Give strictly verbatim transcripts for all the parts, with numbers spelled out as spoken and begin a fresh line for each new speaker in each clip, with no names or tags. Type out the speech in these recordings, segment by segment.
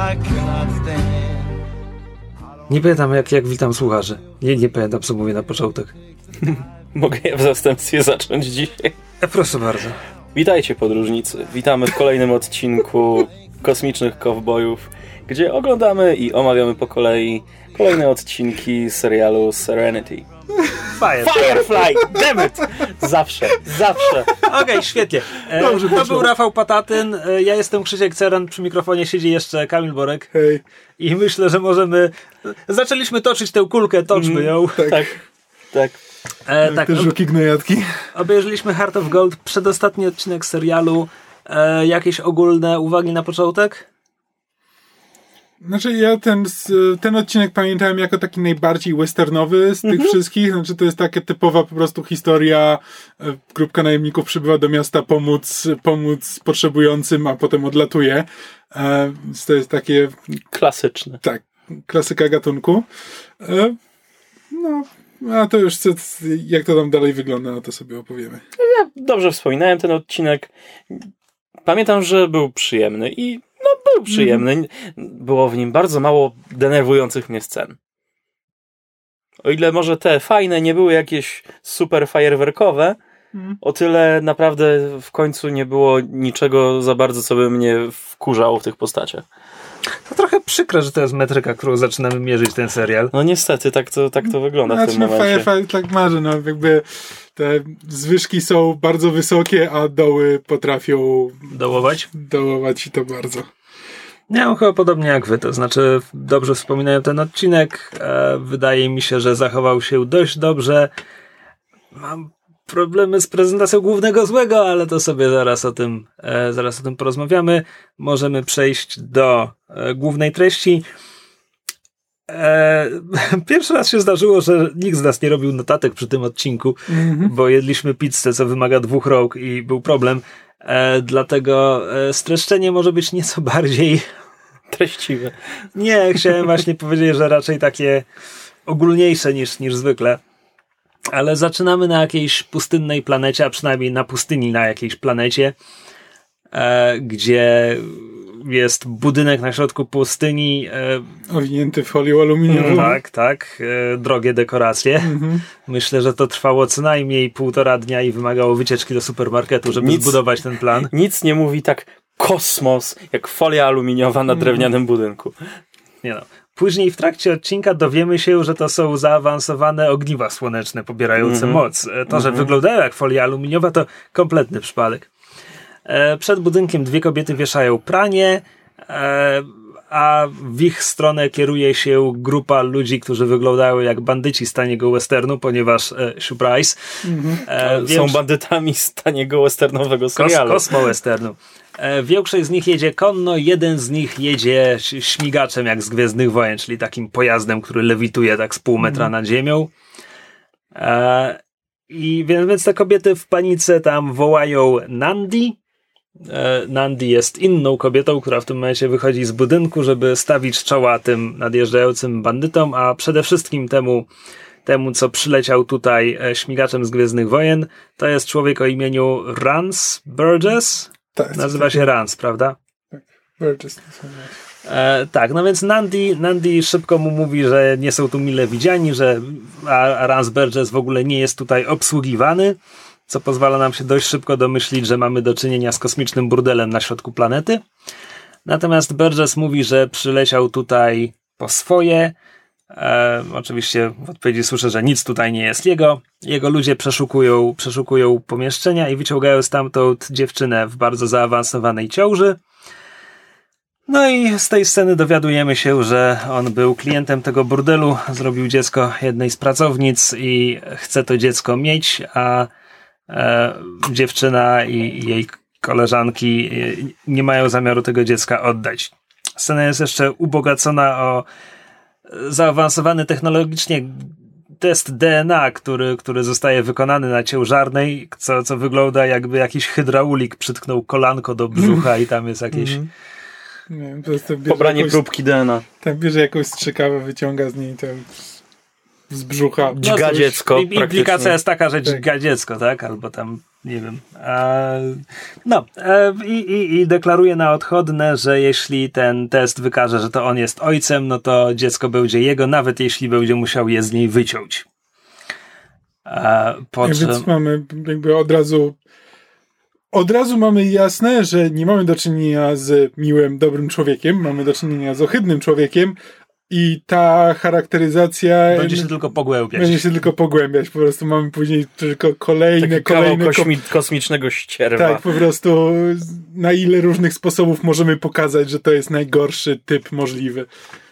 Nie pamiętam jak, jak witam słuchaczy. Nie, nie pamiętam co mówię na początek.
Mogę ja w zastępstwie zacząć dzisiaj?
E, proszę bardzo.
Witajcie podróżnicy. Witamy w kolejnym odcinku Kosmicznych Kowbojów, gdzie oglądamy i omawiamy po kolei kolejne odcinki serialu Serenity.
Fire.
Firefly! Damn it! Zawsze, zawsze.
Okej, okay, świetnie. E,
Dobrze,
to był Rafał Patatyn, e, ja jestem Krzysiek Ceran, przy mikrofonie siedzi jeszcze Kamil Borek.
Hej.
I myślę, że możemy... Zaczęliśmy toczyć tę kulkę, toczmy mm, ją.
Tak,
tak. tak.
E, tak
te żuki gnojatki.
Obejrzeliśmy Heart of Gold, przedostatni odcinek serialu. E, jakieś ogólne uwagi na początek?
Znaczy ja ten, ten odcinek pamiętałem jako taki najbardziej westernowy z tych mm-hmm. wszystkich. Znaczy to jest taka typowa po prostu historia. Grupka najemników przybywa do miasta pomóc, pomóc potrzebującym, a potem odlatuje. E, to jest takie...
Klasyczne.
Tak, klasyka gatunku. E, no, a to już co, jak to tam dalej wygląda, no to sobie opowiemy.
Ja dobrze wspominałem ten odcinek. Pamiętam, że był przyjemny i no był przyjemny. Było w nim bardzo mało denerwujących mnie scen. O ile może te fajne nie były jakieś super fajerwerkowe, mm. o tyle naprawdę w końcu nie było niczego za bardzo, co by mnie wkurzało w tych postaciach.
To trochę przykre, że to jest metryka, którą zaczynamy mierzyć ten serial.
No niestety, tak to, tak to wygląda
znaczy,
w tym momencie.
Firefly tak marzy, no jakby te zwyżki są bardzo wysokie, a doły potrafią
dołować?
Dołować i to bardzo.
Ja mam chyba podobnie jak wy, to znaczy dobrze wspominają ten odcinek, e, wydaje mi się, że zachował się dość dobrze. Mam problemy z prezentacją głównego złego, ale to sobie zaraz o tym, e, zaraz o tym porozmawiamy. Możemy przejść do e, głównej treści. E, pierwszy raz się zdarzyło, że nikt z nas nie robił notatek przy tym odcinku, mm-hmm. bo jedliśmy pizzę, co wymaga dwóch rąk i był problem. E, dlatego e, streszczenie może być nieco bardziej
treściwe.
Nie, chciałem właśnie powiedzieć, że raczej takie ogólniejsze niż, niż zwykle. Ale zaczynamy na jakiejś pustynnej planecie, a przynajmniej na pustyni na jakiejś planecie, e, gdzie jest budynek na środku pustyni. E,
Owinięty folią aluminiową.
Tak, tak. E, drogie dekoracje. Mm-hmm. Myślę, że to trwało co najmniej półtora dnia i wymagało wycieczki do supermarketu, żeby nic, zbudować ten plan.
Nic nie mówi tak kosmos, jak folia aluminiowa na drewnianym mm. budynku.
Nie no. Później w trakcie odcinka dowiemy się, że to są zaawansowane ogniwa słoneczne pobierające mm-hmm. moc. To, że mm-hmm. wyglądają jak folia aluminiowa, to kompletny przypadek. E, przed budynkiem dwie kobiety wieszają pranie, e, a w ich stronę kieruje się grupa ludzi, którzy wyglądają jak bandyci z taniego westernu, ponieważ e, surprise.
Mm-hmm. E, większy... Są bandytami z taniego westernowego serialu.
Kos, kosmo westernu. E, większość z nich jedzie konno, jeden z nich jedzie śmigaczem jak z Gwiezdnych Wojen, czyli takim pojazdem, który lewituje tak z pół metra mm-hmm. nad ziemią. E, i więc, więc te kobiety w panice tam wołają Nandi. Nandi jest inną kobietą, która w tym momencie wychodzi z budynku, żeby stawić czoła tym nadjeżdżającym bandytom, a przede wszystkim temu, temu co przyleciał tutaj śmigaczem z Gwiezdnych Wojen. To jest człowiek o imieniu Rance Burgess.
Tak,
Nazywa się Rance, prawda?
Tak, Burgess.
E, tak, no więc Nandi, Nandi szybko mu mówi, że nie są tu mile widziani, że a Rance Burgess w ogóle nie jest tutaj obsługiwany, co pozwala nam się dość szybko domyślić, że mamy do czynienia z kosmicznym burdelem na środku planety. Natomiast Burgess mówi, że przyleciał tutaj po swoje. E, oczywiście w odpowiedzi słyszę, że nic tutaj nie jest jego. Jego ludzie przeszukują, przeszukują pomieszczenia i wyciągają stamtąd dziewczynę w bardzo zaawansowanej ciąży. No i z tej sceny dowiadujemy się, że on był klientem tego burdelu, zrobił dziecko jednej z pracownic i chce to dziecko mieć, a e, dziewczyna i, i jej koleżanki nie mają zamiaru tego dziecka oddać. Scena jest jeszcze ubogacona o zaawansowany technologicznie test D N A, który, który zostaje wykonany na ciężarnej, co, co wygląda jakby jakiś hydraulik przytknął kolanko do brzucha i tam jest jakieś... Mm.
Nie wiem, to jest to
pobranie
jakąś,
próbki D N A.
Tam bierze jakąś strzykawę, wyciąga z niej to z brzucha.
Dźga
no,
dziecko.
Implikacja jest taka, że dźga dziecko, tak? Albo tam nie wiem. E, no e, i, i deklaruje na odchodne, że jeśli ten test wykaże, że to on jest ojcem, no to dziecko będzie jego, nawet jeśli będzie musiał je z niej wyciąć. E, po
Więc
czym...
mamy jakby od razu od razu mamy jasne, że nie mamy do czynienia z miłym, dobrym człowiekiem, mamy do czynienia z ohydnym człowiekiem i ta charakteryzacja
będzie się tylko pogłębiać.
Będzie się tylko pogłębiać. Po prostu mamy później tylko kolejne,
Taki
kolejne...
Kośmi- kosmicznego ścierwa.
Tak, po prostu na ile różnych sposobów możemy pokazać, że to jest najgorszy typ możliwy.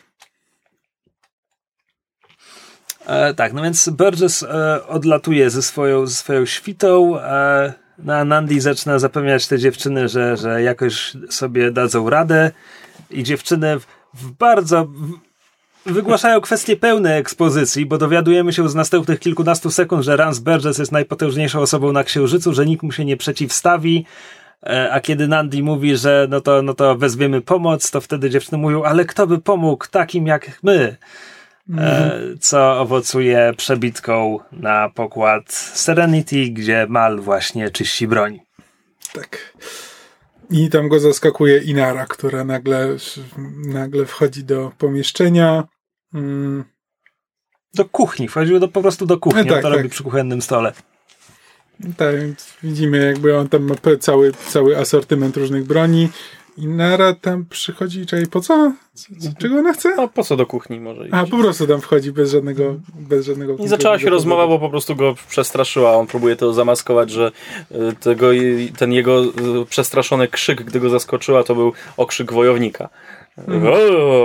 E, tak, no więc Burgess e, odlatuje ze swoją, ze swoją świtą, e, na Nandi zaczyna zapewniać te dziewczyny, że, że jakoś sobie dadzą radę i dziewczyny w, w bardzo... W, wygłaszają kwestie pełne ekspozycji, bo dowiadujemy się z następnych kilkunastu sekund, że Rance Burgess jest najpotężniejszą osobą na Księżycu, że nikt mu się nie przeciwstawi, a kiedy Nandi mówi, że no to, no to wezwiemy pomoc, to wtedy dziewczyny mówią, ale kto by pomógł takim jak my? Mhm. Co owocuje przebitką na pokład Serenity, gdzie Mal właśnie czyści broń.
Tak. I tam go zaskakuje Inara, która nagle, nagle wchodzi do pomieszczenia. Mm.
Do kuchni. Wchodził do, po prostu do kuchni.
E, tak,
on to
tak.
robi przy kuchennym stole.
Tak, więc widzimy jakby on tam ma cały, cały asortyment różnych broni. Inara tam przychodzi, czekaj, po co? C- czego ona chce?
No po co do kuchni może iść?
A, po prostu tam wchodzi bez żadnego... Bez żadnego
I zaczęła się rozmowa, bo po prostu go przestraszyła. On próbuje to zamaskować, że tego, ten jego przestraszony krzyk, gdy go zaskoczyła, to był okrzyk wojownika. Mhm.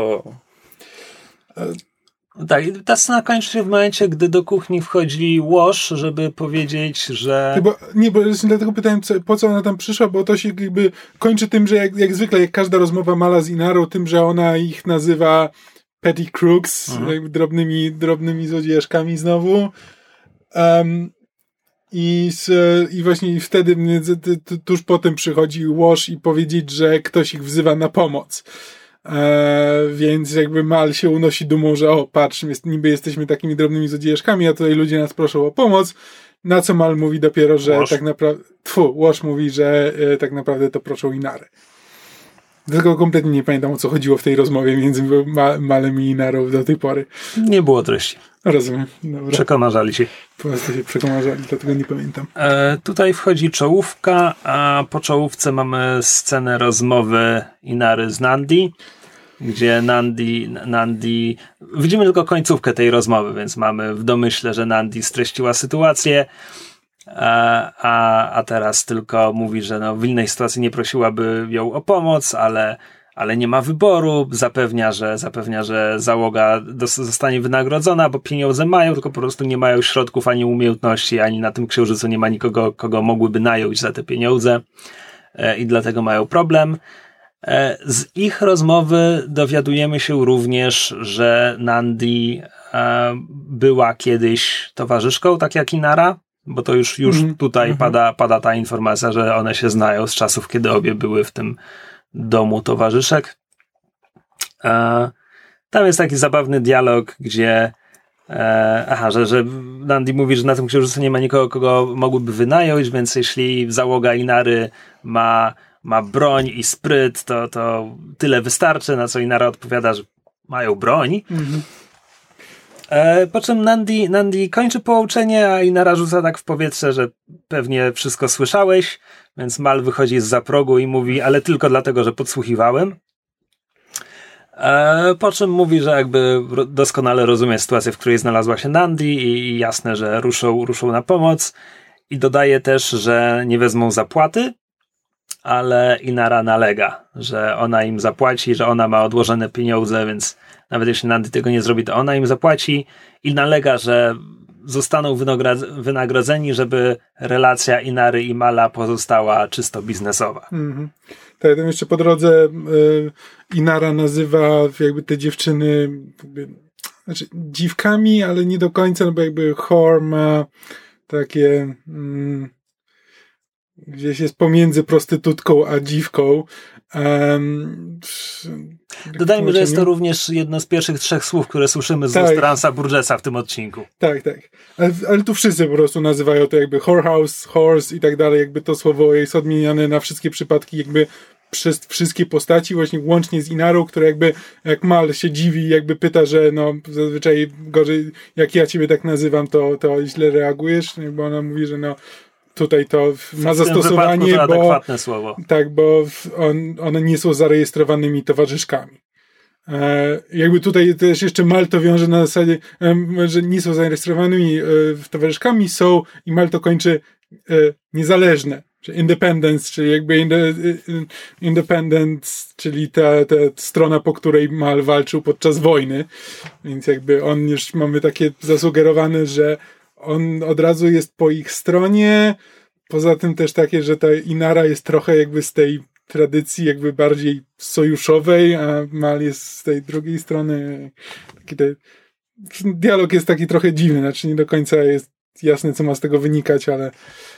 Tak, i ta scena kończy się w momencie, gdy do kuchni wchodzi Wash, żeby powiedzieć, że...
Ty, bo, nie, bo dlatego pytałem, co, po co ona tam przyszła, bo to się jakby kończy tym, że jak, jak zwykle, jak każda rozmowa Mala z Inarą, tym, że ona ich nazywa petty crooks, mhm. jakby drobnymi, drobnymi złodziejaszkami znowu. Um, i, z, I właśnie wtedy tuż potem przychodzi Wash i powiedzieć, że ktoś ich wzywa na pomoc. Eee, więc jakby Mal się unosi dumą, że o, patrz, jest, niby jesteśmy takimi drobnymi złodziejaszkami, a tutaj ludzie nas proszą o pomoc, na co Mal mówi dopiero, że Wash. tak naprawdę tfu, Wash mówi, że e, tak naprawdę to proszą Inarę. Dlatego kompletnie nie pamiętam, o co chodziło w tej rozmowie między Ma- Malem i Inarą do tej pory.
Nie było treści.
Rozumiem. Dobra.
Przekomarzali się.
Po prostu się przekomarzali, dlatego nie pamiętam.
E, tutaj wchodzi czołówka, a po czołówce mamy scenę rozmowy Inary z Nandi, gdzie Nandi, Nandi... Widzimy tylko końcówkę tej rozmowy, więc mamy w domyśle, że Nandi streściła sytuację, a, a, a teraz tylko mówi, że no w innej sytuacji nie prosiłaby ją o pomoc, ale, ale nie ma wyboru. Zapewnia, że, zapewnia, że załoga dos- zostanie wynagrodzona, bo pieniądze mają, tylko po prostu nie mają środków ani umiejętności, ani na tym księżycu nie ma nikogo, kogo mogłyby nająć za te pieniądze e, i dlatego mają problem. E, z ich rozmowy dowiadujemy się również, że Nandi e, była kiedyś towarzyszką, tak jak Inara, bo to już, już mm, tutaj mm. pada, pada ta informacja, że one się znają z czasów, kiedy obie były w tym domu towarzyszek. E, tam jest taki zabawny dialog, gdzie e, aha, że, że Nandi mówi, że na tym księżycu nie ma nikogo, kogo mogłyby wynająć, więc jeśli załoga Inary ma, ma broń i spryt, to, to tyle wystarczy, na co Inara odpowiada, że mają broń. Mm-hmm. E, po czym Nandi, Nandi kończy pouczenie, a Inara rzuca tak w powietrze, że pewnie wszystko słyszałeś, więc Mal wychodzi zza progu i mówi, ale tylko dlatego, że podsłuchiwałem. E, po czym mówi, że jakby doskonale rozumie sytuację, w której znalazła się Nandi i jasne, że ruszą, ruszą na pomoc. I dodaje też, że nie wezmą zapłaty, ale Inara nalega, że ona im zapłaci, że ona ma odłożone pieniądze, więc nawet jeśli Nandi tego nie zrobi, to ona im zapłaci i nalega, że zostaną wynagradz- wynagrodzeni, żeby relacja Inary i Mala pozostała czysto biznesowa. Mm-hmm.
Tak, tam jeszcze po drodze y, Inara nazywa jakby te dziewczyny jakby, znaczy dziwkami, ale nie do końca, no bo jakby whore ma takie mm, gdzieś jest pomiędzy prostytutką a dziwką Um,
Dodajmy, że jest to również jedno z pierwszych trzech słów, które słyszymy z tak. ust Ransa Burgessa w tym odcinku.
Tak, tak. Ale, ale tu wszyscy po prostu nazywają to jakby whorehouse, horse i tak dalej. Jakby to słowo jest odmieniane na wszystkie przypadki, jakby przez wszystkie postaci, właśnie łącznie z Inarą, która jakby jak Mal się dziwi, jakby pyta, że no zazwyczaj gorzej, jak ja ciebie tak nazywam, to, to źle reagujesz, bo ona mówi, że no tutaj to ma zastosowanie,
to
bo
adekwatne słowo.
Tak, bo on, one nie są zarejestrowanymi towarzyszkami. E, jakby tutaj też jeszcze Mal to wiąże na zasadzie, e, że nie są zarejestrowanymi e, towarzyszkami, są i Mal to kończy e, niezależne. Independence, czyli jakby inde, independence, czyli ta, ta strona, po której Mal walczył podczas wojny. Więc jakby on już mamy takie zasugerowane, że on od razu jest po ich stronie. Poza tym też takie, że ta Inara jest trochę jakby z tej tradycji jakby bardziej sojuszowej, a Mal jest z tej drugiej strony. Taki te, dialog jest taki trochę dziwny, znaczy nie do końca jest jasne, co ma z tego wynikać, ale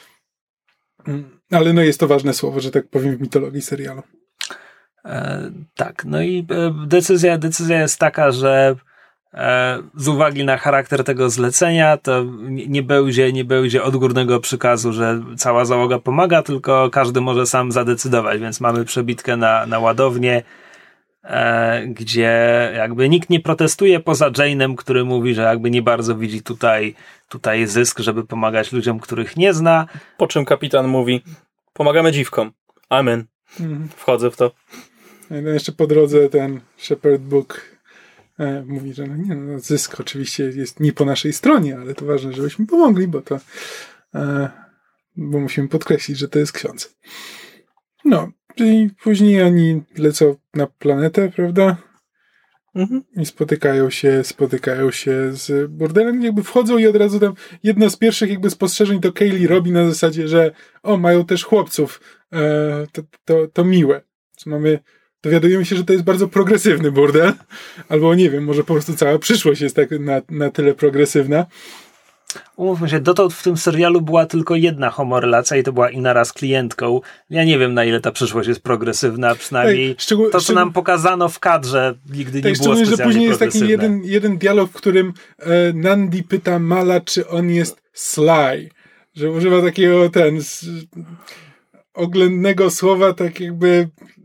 ale no jest to ważne słowo, że tak powiem, w mitologii serialu.
E, tak, no i decyzja, decyzja jest taka, że e, z uwagi na charakter tego zlecenia, to nie będzie, nie będzie odgórnego przykazu, że cała załoga pomaga, tylko każdy może sam zadecydować, więc mamy przebitkę na, na ładownię, e, gdzie jakby nikt nie protestuje poza Jane'em, który mówi, że jakby nie bardzo widzi tutaj tutaj zysk, żeby pomagać ludziom, których nie zna.
Po czym kapitan mówi, pomagamy dziwkom. Amen. Mhm. Wchodzę w to.
No jeszcze po drodze ten Shepherd Book e, mówi, że no nie, no, zysk oczywiście jest nie po naszej stronie, ale to ważne, żebyśmy pomogli, bo to e, bo musimy podkreślić, że to jest ksiądz. No, czyli później oni lecą na planetę, prawda? Mhm. I spotykają się, spotykają się z burdelem, jakby wchodzą i od razu tam jedno z pierwszych jakby spostrzeżeń to Kaylee robi na zasadzie, że o, mają też chłopców, e, to, to, to miłe. Co mamy, dowiadujemy się, że to jest bardzo progresywny burdel, albo nie wiem, może po prostu cała przyszłość jest tak na, na tyle progresywna.
Umówmy się, dotąd w tym serialu była tylko jedna homorelacja i to była Inara z klientką. Ja nie wiem, na ile ta przyszłość jest progresywna, przynajmniej Ej, szczegół, to, co szczegół... nam pokazano w kadrze, nigdy nie Ej, było specjalnie że później jest taki
jeden, jeden dialog, w którym e, Nandi pyta Mala, czy on jest sly. Że używa takiego ten z, oględnego słowa, tak jakby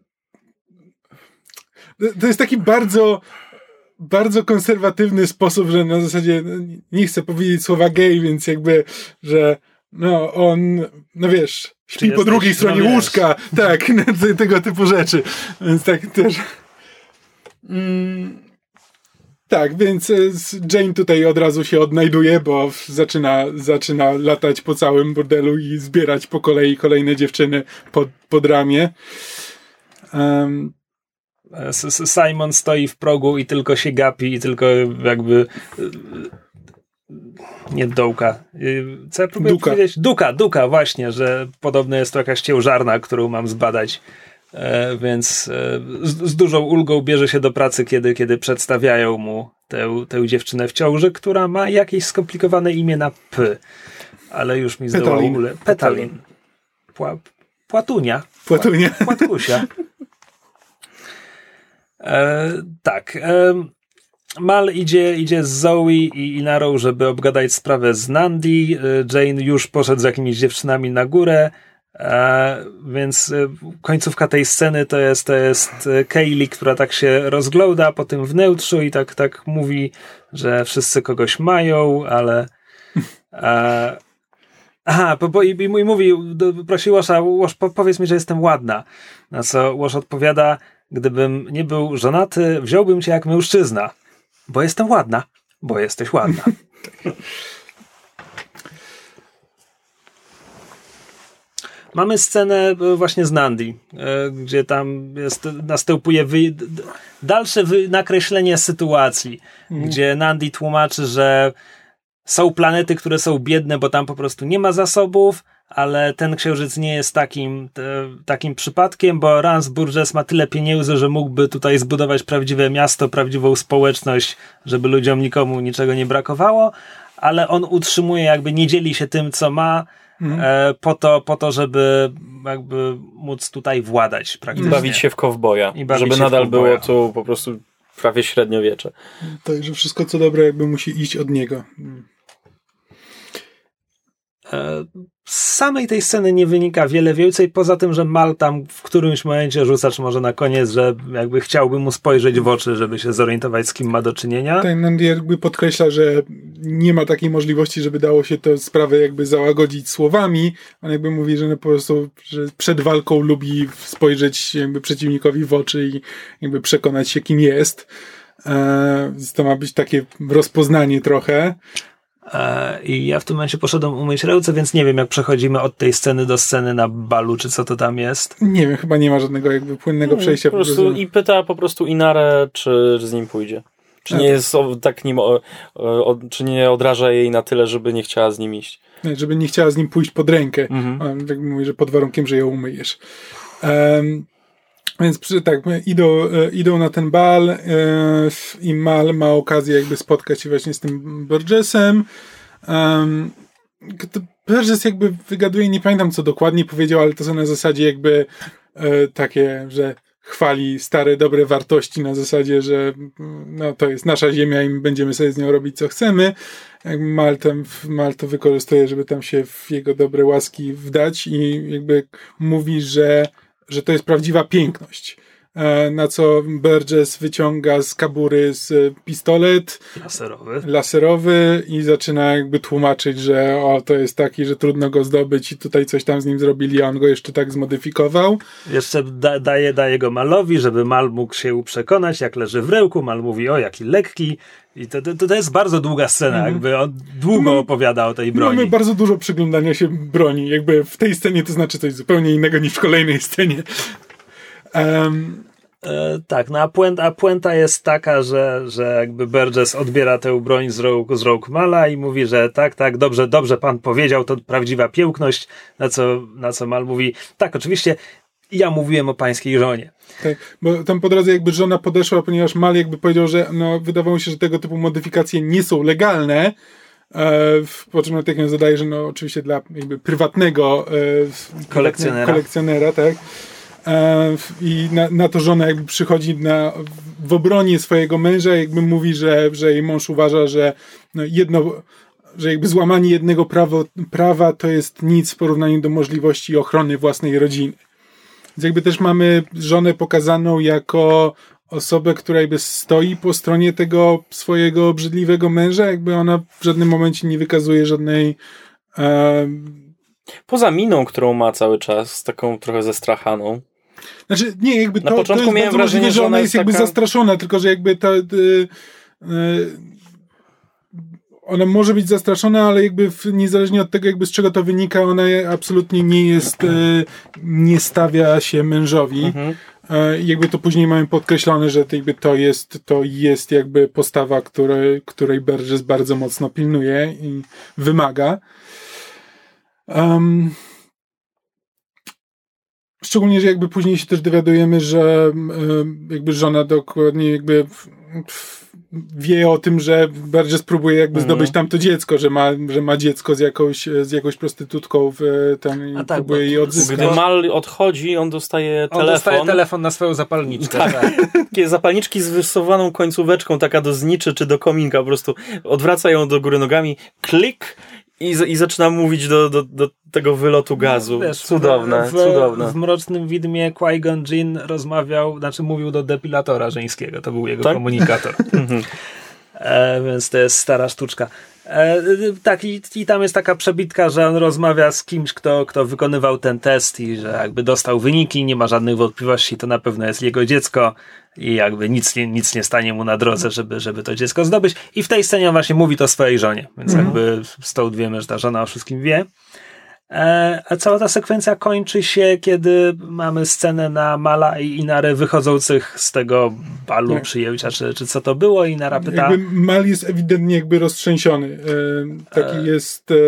to jest taki bardzo bardzo konserwatywny sposób, że na zasadzie nie chcę powiedzieć słowa gay, więc jakby, że no on, no wiesz, śpi po drugiej stronie no łóżka, tak, tego typu rzeczy. Więc tak też mm, tak, więc Jane tutaj od razu się odnajduje, bo zaczyna, zaczyna latać po całym bordelu i zbierać po kolei kolejne dziewczyny pod, pod ramię. Um,
Simon stoi w progu i tylko się gapi i tylko jakby nie dołka. Co ja próbuję
Duka.
powiedzieć? Duka, Duka właśnie, że podobno jest to jakaś ciężarna, którą mam zbadać. E, więc e, z, z dużą ulgą bierze się do pracy, kiedy, kiedy przedstawiają mu tę, tę dziewczynę w ciąży, która ma jakieś skomplikowane imię na P. Ale już mi zdołał ule... Petalin. Pła... Płatunia.
Płatunia.
Płatkusia. E, tak. E, Mal idzie, idzie z Zoe i Inarą, żeby obgadać sprawę z Nandi. E, Jane już poszedł z jakimiś dziewczynami na górę, e, więc e, końcówka tej sceny to jest, to jest Kaylee, która tak się rozgląda po tym wnętrzu i tak, tak mówi, że wszyscy kogoś mają, ale e, aha, bo, bo, i, i mówi, prosi Washa, Wash, powiedz mi, że jestem ładna. Na co Wash odpowiada, gdybym nie był żonaty, wziąłbym cię jak mężczyzna. Bo jestem ładna. Bo jesteś ładna. Mamy scenę właśnie z Nandi, gdzie tam jest, następuje wy, dalsze wy, nakreślenie sytuacji, mm. gdzie Nandi tłumaczy, że są planety, które są biedne, bo tam po prostu nie ma zasobów, ale ten księżyc nie jest takim, te, takim przypadkiem, bo Rance Burgess ma tyle pieniędzy, że mógłby tutaj zbudować prawdziwe miasto, prawdziwą społeczność, żeby ludziom nikomu niczego nie brakowało, ale on utrzymuje, jakby nie dzieli się tym, co ma, mhm. e, po, to, po to, żeby jakby móc tutaj władać praktycznie.
I bawić się w kowboja,
I bawić
żeby
się
nadal
w kowboja.
było to po prostu prawie średniowiecze.
Także wszystko co dobre jakby musi iść od niego.
Z samej tej sceny nie wynika wiele więcej, poza tym, że Mal tam w którymś momencie rzuca, czy może na koniec, że jakby chciałby mu spojrzeć w oczy, żeby się zorientować, z kim ma do czynienia.
Tak, Nandi jakby podkreśla, że nie ma takiej możliwości, żeby dało się tę sprawę jakby załagodzić słowami. On jakby mówi, że no po prostu że przed walką lubi spojrzeć jakby przeciwnikowi w oczy i jakby przekonać się, kim jest. Eee, to ma być takie rozpoznanie trochę.
I ja w tym momencie poszedłem umyć ręce, więc nie wiem, jak przechodzimy od tej sceny do sceny na balu, czy co to tam jest.
Nie wiem, chyba nie ma żadnego jakby płynnego przejścia.
Po prostu i pyta po prostu Inarę, czy z nim pójdzie. Czy nie jest o, tak nim, o, o, czy nie odraża jej na tyle, żeby nie chciała z nim iść.
Nie, żeby nie chciała z nim pójść pod rękę. Mhm. On tak mówi, że pod warunkiem, że ją umyjesz. Um, Więc tak, idą, idą na ten bal e, i Mal ma okazję jakby spotkać się właśnie z tym Burgessem. Um, Burgess jakby wygaduje, nie pamiętam co dokładnie powiedział, ale to są na zasadzie jakby e, takie, że chwali stare, dobre wartości na zasadzie, że no, to jest nasza ziemia i będziemy sobie z nią robić co chcemy. Jakby Mal, tam, Mal to wykorzystuje, żeby tam się w jego dobre łaski wdać i jakby mówi, że że to jest prawdziwa piękność. Na co Burgess wyciąga z kabury z pistolet
laserowy.
laserowy i zaczyna jakby tłumaczyć, że o, to jest taki, że trudno go zdobyć i tutaj coś tam z nim zrobili, a on go jeszcze tak zmodyfikował.
Jeszcze da, daje, daje go Malowi, żeby Mal mógł się przekonać, jak leży w rełku. Mal mówi, o, jaki lekki. I to, to, to jest bardzo długa scena, mm. jakby on długo mamy, opowiada o tej broni.
Mamy bardzo dużo przyglądania się broni. Jakby w tej scenie to znaczy coś zupełnie innego niż w kolejnej scenie. Um,
e, tak, no a puenta, a puenta jest taka, że, że jakby Burgess odbiera tę broń z rąk, z rąk Mala i mówi, że tak, tak, dobrze, dobrze pan powiedział, to prawdziwa piękność, na co, na co Mal mówi, tak, oczywiście ja mówiłem o pańskiej żonie.
Tak, bo tam po drodze jakby żona podeszła, ponieważ Mal jakby powiedział, że no, wydawało się, że tego typu modyfikacje nie są legalne, e, po czym natychmiast zadaje, że no oczywiście dla jakby prywatnego e,
kolekcjonera.
kolekcjonera, tak. E, I na, na to żona jakby przychodzi na, w obronie swojego męża, jakby mówi, że, że jej mąż uważa, że no jedno, że jakby złamanie jednego prawo, prawa to jest nic w porównaniu do możliwości ochrony własnej rodziny. Więc jakby też mamy żonę pokazaną jako osobę, która jakby stoi po stronie tego swojego obrzydliwego męża, jakby ona w żadnym momencie nie wykazuje żadnej... E...
Poza miną, którą ma cały czas, taką trochę zestrachaną.
Znaczy, nie, jakby to,
Na początku
to jest
miałem wrażenie,
możliwe, że ona jest, jest jakby
taka...
zastraszona, tylko że jakby ta... Y, y, ona może być zastraszona, ale jakby w, niezależnie od tego, jakby z czego to wynika, ona absolutnie nie jest, e, nie stawia się mężowi. Mhm. E, jakby to później mamy podkreślone, że to, jakby to jest, to jest jakby postawa, której, której Burgess bardzo mocno pilnuje i wymaga. Um, szczególnie, że jakby później się też dowiadujemy, że e, jakby żona dokładnie jakby w, w, wie o tym, że Burgess próbuje jakby mm. zdobyć tamto dziecko, że ma, że ma dziecko z jakąś, z jakąś prostytutką w, tam i
A tak,
próbuje jej odzyskać.
Gdy Mal odchodzi, on dostaje
on
telefon.
On dostaje telefon na swoją zapalniczkę.
Tak. tak. Takie zapalniczki z wysuwaną końcóweczką, taka do zniczy czy do kominka, po prostu odwraca ją do góry nogami, klik i, i zaczyna mówić do, do, do tego wylotu gazu. No, wiesz, cudowne,
w,
cudowne.
W Mrocznym Widmie Qui-Gon Jinn rozmawiał, znaczy mówił do depilatora żeńskiego, to był jego
tak?
komunikator. e, więc to jest stara sztuczka. E, tak, i, i tam jest taka przebitka, że on rozmawia z kimś, kto, kto wykonywał ten test i że jakby dostał wyniki, nie ma żadnych wątpliwości, to na pewno jest jego dziecko i jakby nic nie, nic nie stanie mu na drodze, żeby, żeby to dziecko zdobyć. I w tej scenie on właśnie mówi to swojej żonie, więc mm. jakby stąd wiemy, że ta żona o wszystkim wie. E, a cała ta sekwencja kończy się, kiedy mamy scenę na Mala i Inarę wychodzących z tego balu tak. przyjęcia, czy, czy co to było. Inara pyta...
Jakby Mal jest ewidentnie jakby roztrzęsiony. E, taki e... jest e,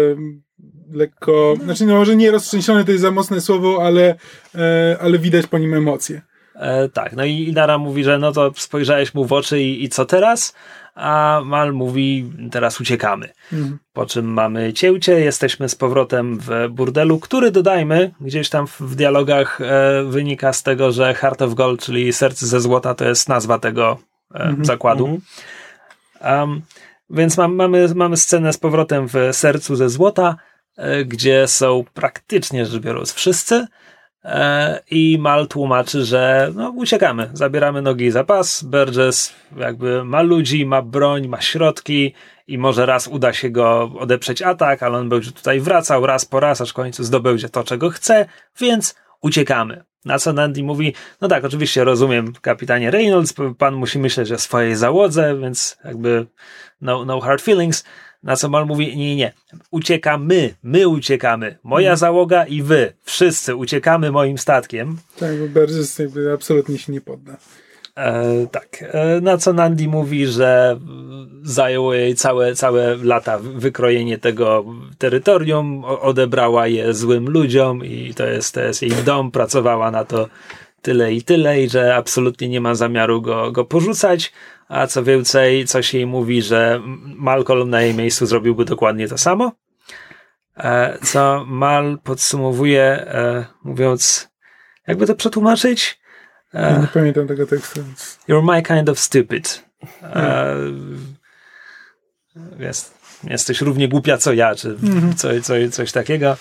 lekko... Znaczy no może nie roztrzęsiony, to jest za mocne słowo, ale, e, ale widać po nim emocje.
E, tak, no i Inara mówi, że no to spojrzałeś mu w oczy i, i co teraz? A Mal mówi, teraz uciekamy. Mhm. Po czym mamy cięcie, jesteśmy z powrotem w burdelu, który, dodajmy, gdzieś tam w, w dialogach e, wynika z tego, że Heart of Gold, czyli Serce ze złota, to jest nazwa tego e, mhm. zakładu. Mhm. Um, więc mam, mamy, mamy scenę z powrotem w Sercu ze złota, e, gdzie są praktycznie rzecz biorąc wszyscy. I Mal tłumaczy, że no, uciekamy, zabieramy nogi i zapas. Burgess jakby ma ludzi, ma broń, ma środki i może raz uda się go odeprzeć atak, ale on będzie tutaj wracał raz po raz, aż w końcu zdobędzie to, czego chce, więc uciekamy. Na co Nandi mówi, no tak, oczywiście rozumiem, kapitanie Reynolds, pan musi myśleć o swojej załodze, więc jakby no, no hard feelings. Na co Mal mówi, nie, nie, uciekamy, my uciekamy, moja hmm. załoga i wy, wszyscy uciekamy moim statkiem.
Tak, bo Burgess jakby absolutnie się nie podda.
E, tak, e, na co Nandi mówi, że zajęło jej całe, całe lata wykrojenie tego terytorium, odebrała je złym ludziom i to jest, to jest jej dom, pracowała na to tyle i tyle i że absolutnie nie ma zamiaru go, go porzucać. A co więcej, coś jej mówi, że Malcolm na jej miejscu zrobiłby dokładnie to samo. E, co Mal podsumowuje, e, mówiąc, jakby to przetłumaczyć? E,
ja nie pamiętam tego tekstu.
You're my kind of stupid. E, jest, jesteś równie głupia co ja, czy mm-hmm. co, co, coś takiego.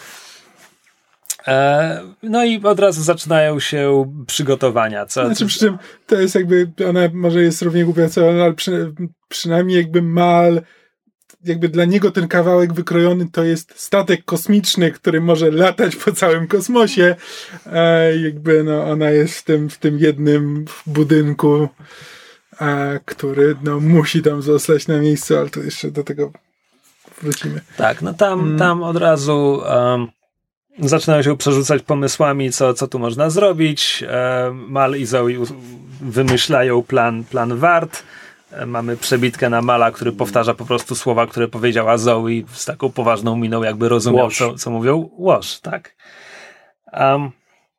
No i od razu zaczynają się przygotowania. Co,
znaczy przy czym to jest jakby, ona może jest równie głupia co on, ale przy, przynajmniej jakby Mal, jakby dla niego ten kawałek wykrojony to jest statek kosmiczny, który może latać po całym kosmosie. E, jakby no ona jest w tym, w tym jednym budynku, e, który no musi tam zostać na miejscu, ale to jeszcze do tego wrócimy.
Tak, no tam, hmm. tam od razu um, zaczynają się przerzucać pomysłami, co, co tu można zrobić. E, Mal i Zoe wymyślają plan, plan wart. E, mamy przebitkę na Mala, który powtarza po prostu słowa, które powiedziała Zoe z taką poważną miną, jakby rozumiał, co, co mówią. Łoż, tak. Um,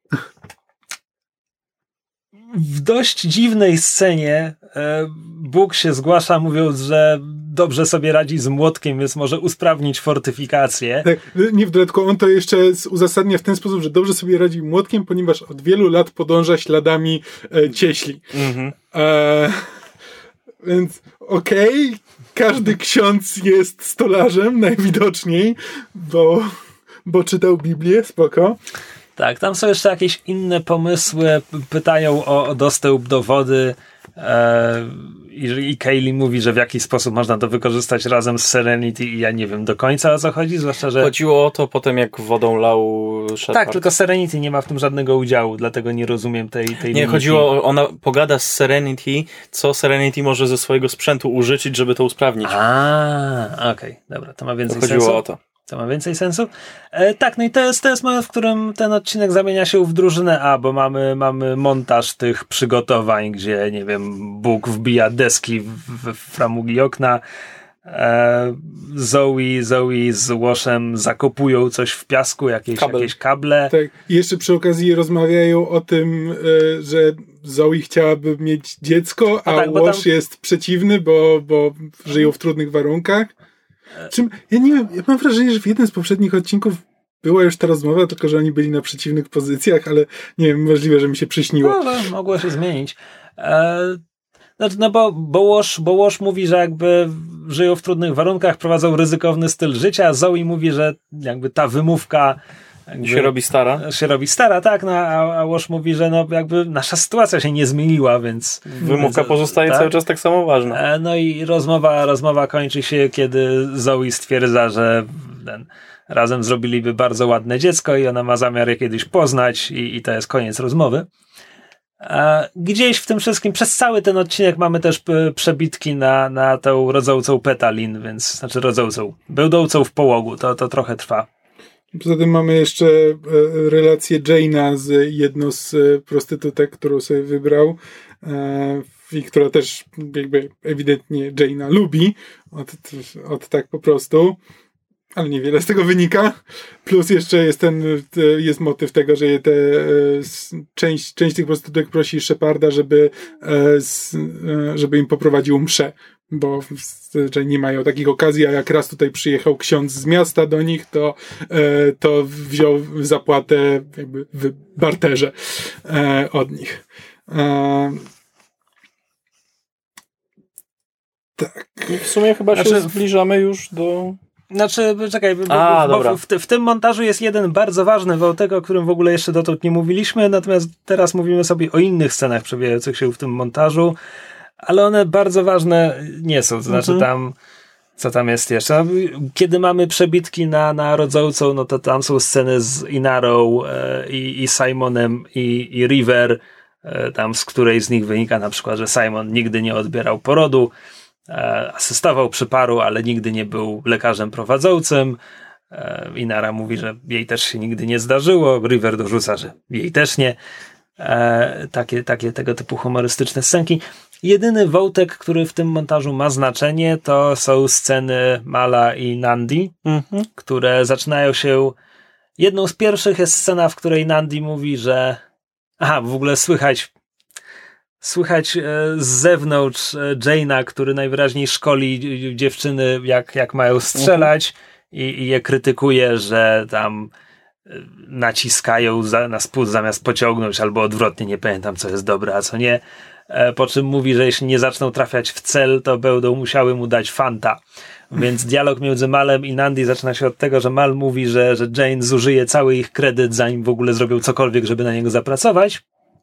w dość dziwnej scenie e, Bóg się zgłasza, mówiąc, że dobrze sobie radzi z młotkiem, więc może usprawnić fortyfikację.
Tak, nie w dodatku, on to jeszcze uzasadnia w ten sposób, że dobrze sobie radzi młotkiem, ponieważ od wielu lat podąża śladami e, cieśli. Mhm. E, więc okej, okay, każdy ksiądz jest stolarzem najwidoczniej, bo, bo czytał Biblię, spoko.
Tak, tam są jeszcze jakieś inne pomysły, pytają o, o dostęp do wody e, i, i Kaylee mówi, że w jakiś sposób można to wykorzystać razem z Serenity i ja nie wiem do końca o co chodzi, zwłaszcza, że...
Chodziło o to potem jak wodą lał Shepard.
Tak, tylko Serenity nie ma w tym żadnego udziału, dlatego nie rozumiem tej, tej
Nie,
linijki.
chodziło o, ona pogada z Serenity, co Serenity może ze swojego sprzętu użyczyć, żeby to usprawnić.
A, okej, okay, dobra, to ma więcej
to chodziło
sensu.
o to.
To ma więcej sensu. E, tak, no i to jest, to jest moment, w którym ten odcinek zamienia się w drużynę A, bo mamy, mamy montaż tych przygotowań, gdzie, nie wiem, Bóg wbija deski w, w framugi okna, e, Zoe, Zoe z Łoshem zakopują coś w piasku, jakieś,
Kabel.
jakieś kable.
Tak, i jeszcze przy okazji rozmawiają o tym, y, że Zoe chciałaby mieć dziecko, a, a tak, Łosz tam... jest przeciwny, bo, bo żyją w trudnych warunkach. Czym, ja nie wiem, ja mam wrażenie, że w jednym z poprzednich odcinków była już ta rozmowa, tylko że oni byli na przeciwnych pozycjach, ale nie wiem, możliwe, że mi się przyśniło.
No, ale mogło się zmienić. E, no, no bo, bo, Łosz, bo Łosz mówi, że jakby żyją w trudnych warunkach, prowadzą ryzykowny styl życia, a Zoe mówi, że jakby ta wymówka jakby
się robi stara.
Się robi stara, tak, no, a, a Łosz mówi, że no jakby nasza sytuacja się nie zmieniła, więc...
Wymówka
więc,
pozostaje tak? cały czas tak samo ważna.
E, no i rozmowa, rozmowa kończy się, kiedy Zoe stwierdza, że ten, razem zrobiliby bardzo ładne dziecko i ona ma zamiar je kiedyś poznać i, i to jest koniec rozmowy. E, gdzieś w tym wszystkim, przez cały ten odcinek mamy też p- przebitki na, na tą rodzącą Petalin, więc, znaczy rodzącą, będącą w połogu, to, to trochę trwa.
Poza tym mamy jeszcze e, relację Jane'a z jedną z e, prostytutek, którą sobie wybrał e, i która też jakby ewidentnie Jane'a lubi od, od tak po prostu. ale niewiele z tego wynika. Plus jeszcze jest ten, jest motyw tego, że te, część, część tych prostytutek prosi Sheparda, żeby, żeby im poprowadził mszę, bo że nie mają takich okazji, a jak raz tutaj przyjechał ksiądz z miasta do nich, to, to wziął zapłatę jakby w barterze od nich. Tak.
I w sumie chyba
znaczy,
się zbliżamy już do...
Znaczy, czekaj,
A,
bo, bo w, w tym montażu jest jeden bardzo ważny wątek, o którym w ogóle jeszcze dotąd nie mówiliśmy, natomiast teraz mówimy sobie o innych scenach przewijających się w tym montażu, ale one bardzo ważne nie są, to znaczy
mhm.
tam, co tam jest jeszcze? Kiedy mamy przebitki na, na Rodzołcą, no to tam są sceny z Inarą e, i, i Simonem i, i River, e, tam z której z nich wynika na przykład, że Simon nigdy nie odbierał porodu, e, asystował przy paru, ale nigdy nie był lekarzem prowadzącym. E, Inara mówi, że jej też się nigdy nie zdarzyło, River dorzuca, że jej też nie. E, takie, takie tego typu humorystyczne scenki. Jedyny wątek, który w tym montażu ma znaczenie, to są sceny Mala i Nandi,
mhm.
które zaczynają się... Jedną z pierwszych jest scena, w której Nandi mówi, że... Aha, w ogóle słychać słychać e, z zewnątrz e, Jane'a, który najwyraźniej szkoli dziewczyny, jak, jak mają strzelać mhm. i, i je krytykuje, że tam e, naciskają za, na spust zamiast pociągnąć, albo odwrotnie, nie pamiętam, co jest dobre, a co nie. Po czym mówi, że jeśli nie zaczną trafiać w cel, to będą musiały mu dać fanta. Więc dialog między Malem i Nandi zaczyna się od tego, że Mal mówi, że, że Jane zużyje cały ich kredyt, zanim w ogóle zrobią cokolwiek, żeby na niego zapracować.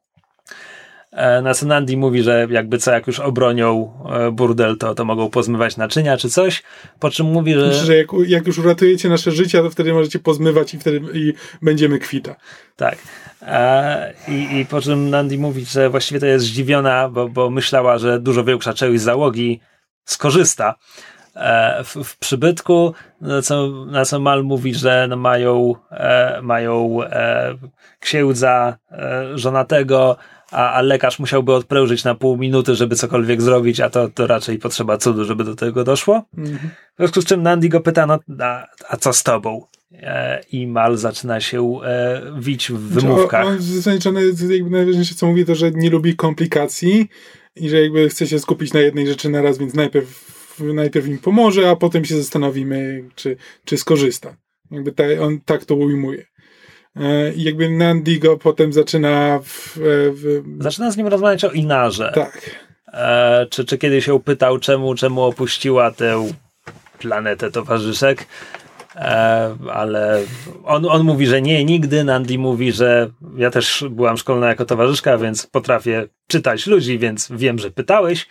Na co Nandi mówi, że jakby co, jak już obronią burdel, to, to mogą pozmywać naczynia czy coś. Po czym mówi, że...
że jak, jak już uratujecie nasze życie, to wtedy możecie pozmywać i wtedy i będziemy kwita.
Tak. E, i, I po czym Nandi mówi, że właściwie to jest zdziwiona, bo, bo myślała, że dużo większa część załogi skorzysta e, w, w przybytku, na co, na co Mal mówi, że no mają, e, mają e, księdza e, żonatego, a, a lekarz musiałby odprężyć na pół minuty, żeby cokolwiek zrobić, a to, to raczej potrzeba cudu, żeby do tego doszło. Mhm. W związku z czym Nandi go pyta, no a, a co z tobą? E, I Mal zaczyna się e, wić w wymówkach.
On zasadniczony, jakby najważniejsze co mówi, to, że nie lubi komplikacji i że jakby chce się skupić na jednej rzeczy na raz, więc najpierw, najpierw im pomoże, a potem się zastanowimy, czy, czy skorzysta. Jakby ta, on tak to ujmuje. I jakby Nandi go potem zaczyna w, w...
zaczyna z nim rozmawiać o Inarze.
Tak.
E, czy, czy kiedyś ją pytał, czemu, czemu opuściła tę planetę towarzyszek, e, ale on, on mówi, że nie, nigdy. Nandi mówi, że ja też byłam szkolona jako towarzyszka, więc potrafię czytać ludzi, więc wiem, że pytałeś.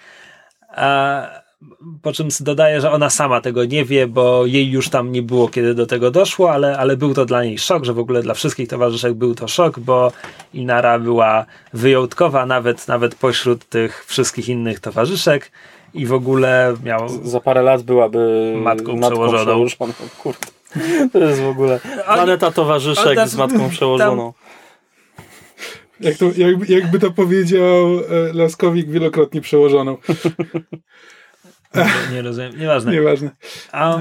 E, po czym dodaje, że ona sama tego nie wie, bo jej już tam nie było, kiedy do tego doszło, ale, ale był to dla niej szok, że w ogóle dla wszystkich towarzyszek był to szok, bo Inara była wyjątkowa nawet, nawet pośród tych wszystkich innych towarzyszek i w ogóle miał...
Za parę lat byłaby
matką, matką przełożoną. przełożoną.
Kurde. To jest w ogóle planeta towarzyszek on, z matką przełożoną.
Tam... Jak to, jakby, jakby to powiedział Laskowik, wielokrotnie przełożoną.
Nie, nie rozumiem, nieważne.
Nieważne.
A,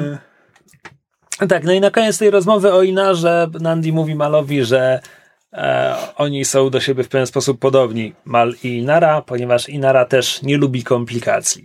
tak, no i na koniec tej rozmowy o Inarze Nandi mówi Malowi, że e, oni są do siebie w pewien sposób podobni, Mal i Inara, ponieważ Inara też nie lubi komplikacji.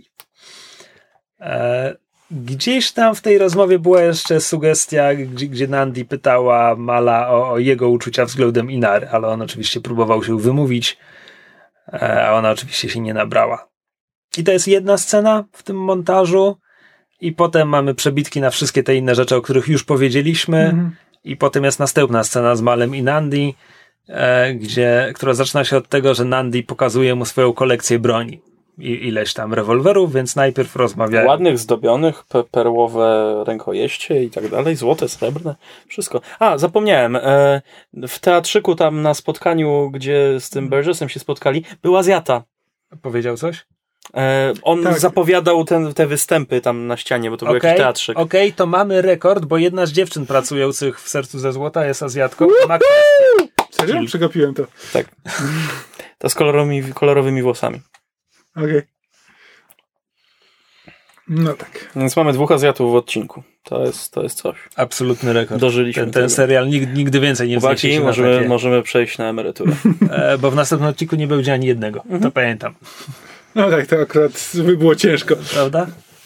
E, gdzieś tam w tej rozmowie była jeszcze sugestia, gdzie, gdzie Nandi pytała Mala o, o jego uczucia względem Inary, ale on oczywiście próbował się wymówić, e, a ona oczywiście się nie nabrała. I to jest jedna scena w tym montażu i potem mamy przebitki na wszystkie te inne rzeczy, o których już powiedzieliśmy mm. i potem jest następna scena z Malem i Nandi, e, gdzie, która zaczyna się od tego, że Nandi pokazuje mu swoją kolekcję broni i ileś tam rewolwerów, więc najpierw rozmawiają.
Ładnych, zdobionych, pe- perłowe rękojeście i tak dalej, złote, srebrne, wszystko. A, zapomniałem, e, w teatrzyku tam na spotkaniu, gdzie z tym Burgessem się spotkali, był Azjata.
Powiedział coś?
E, on tak. zapowiadał ten, te występy tam na ścianie, bo to był
okay,
jakiś teatrzyk.
Okej, okay, to mamy rekord, bo jedna z dziewczyn pracujących w Sercu ze Złota jest Azjatką. Ma
Serio? Przegapiłem to.
Tak. To z kolorowymi, kolorowymi włosami.
Okej. Okay. No tak.
Więc mamy dwóch Azjatów w odcinku. To jest, to jest coś.
Absolutny rekord.
Dożyliśmy
Ten, ten serial nigdy, nigdy więcej nie wzniesie się
możemy,
takie...
możemy przejść na emeryturę.
E, bo w następnym odcinku nie będzie ani jednego. Mhm. To pamiętam.
No tak, to akurat by było ciężko.
Prawda?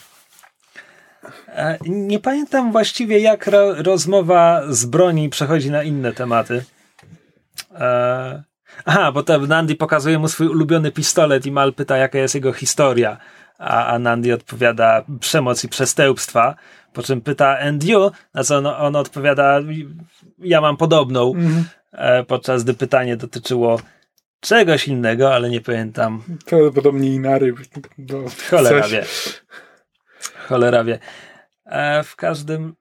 E, nie pamiętam właściwie, jak ro, rozmowa z broni przechodzi na inne tematy. E, aha, bo to Nandi pokazuje mu swój ulubiony pistolet i Mal pyta, jaka jest jego historia. A, a Nandi odpowiada przemoc i przestępstwa, po czym pyta and you, na co on, on odpowiada ja mam podobną, mm. e, podczas gdy pytanie dotyczyło czegoś innego, ale nie pamiętam.
Prawdopodobnie Inary. Bo
Cholera
coś...
wie. Cholera wie. E, w każdym...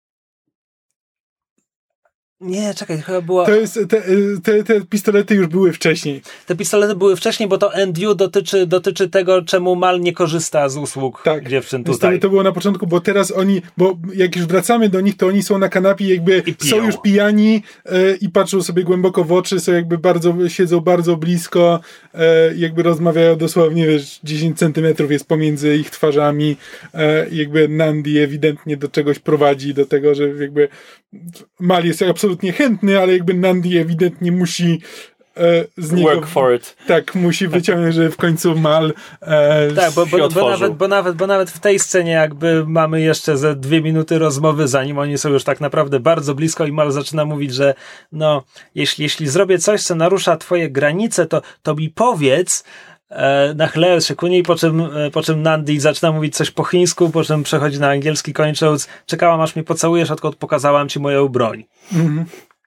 Nie, czekaj, chyba była...
To jest, te, te, te pistolety już były wcześniej.
Te pistolety były wcześniej, bo to and you dotyczy, dotyczy tego, czemu Mal nie korzysta z usług tak. dziewczyn tutaj.
To, to było na początku, bo teraz oni, bo jak już wracamy do nich, to oni są na kanapie jakby są już pijani e, i patrzą sobie głęboko w oczy, są jakby bardzo, siedzą bardzo blisko, e, jakby rozmawiają dosłownie, wiesz, dziesięć centymetrów jest pomiędzy ich twarzami, e, jakby Nandi ewidentnie do czegoś prowadzi, do tego, że jakby Mal jest absolutnie chętny, ale jakby Nandi ewidentnie musi e, z niego...
Work for it.
Tak, musi wyciągnąć, że w końcu Mal e,
tak, bo, bo, bo, nawet, bo, nawet, bo nawet w tej scenie jakby mamy jeszcze ze dwie minuty rozmowy, zanim oni są już tak naprawdę bardzo blisko i Mal zaczyna mówić, że no, jeśli, jeśli zrobię coś, co narusza twoje granice, to, to mi powiedz. E, nachylają się ku niej, po czym, e, po czym Nandi zaczyna mówić coś po chińsku, po czym przechodzi na angielski, kończąc czekałam aż mnie pocałujesz, odkąd pokazałam ci moją broń. Mm-hmm.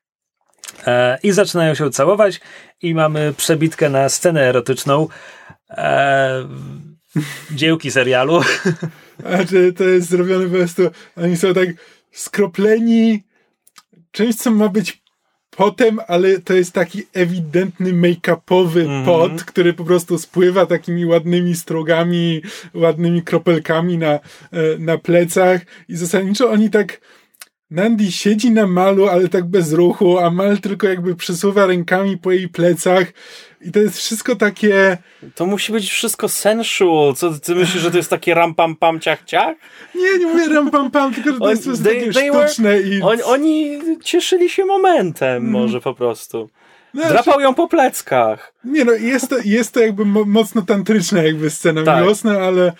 E, I zaczynają się całować i mamy przebitkę na scenę erotyczną e, dziełki serialu.
A czy to jest zrobione po prostu, oni są tak skropleni czymś, co ma być potem, ale to jest taki ewidentny make-upowy mm. pot, który po prostu spływa takimi ładnymi strugami, ładnymi kropelkami na, na plecach i zasadniczo oni tak Nandi siedzi na Malu, ale tak bez ruchu, a Mal tylko jakby przesuwa rękami po jej plecach i to jest wszystko takie...
To musi być wszystko sensual. Co ty myślisz, że to jest takie ram pam pam ciach ciach?
Nie, nie mówię ram pam pam, tylko że to jest they, takie they sztuczne were, i...
On, oni cieszyli się momentem mm. może po prostu. No, drapał ją po pleckach.
Nie no, jest to, jest to jakby mo- mocno tantryczna jakby scena tak. miłosna, ale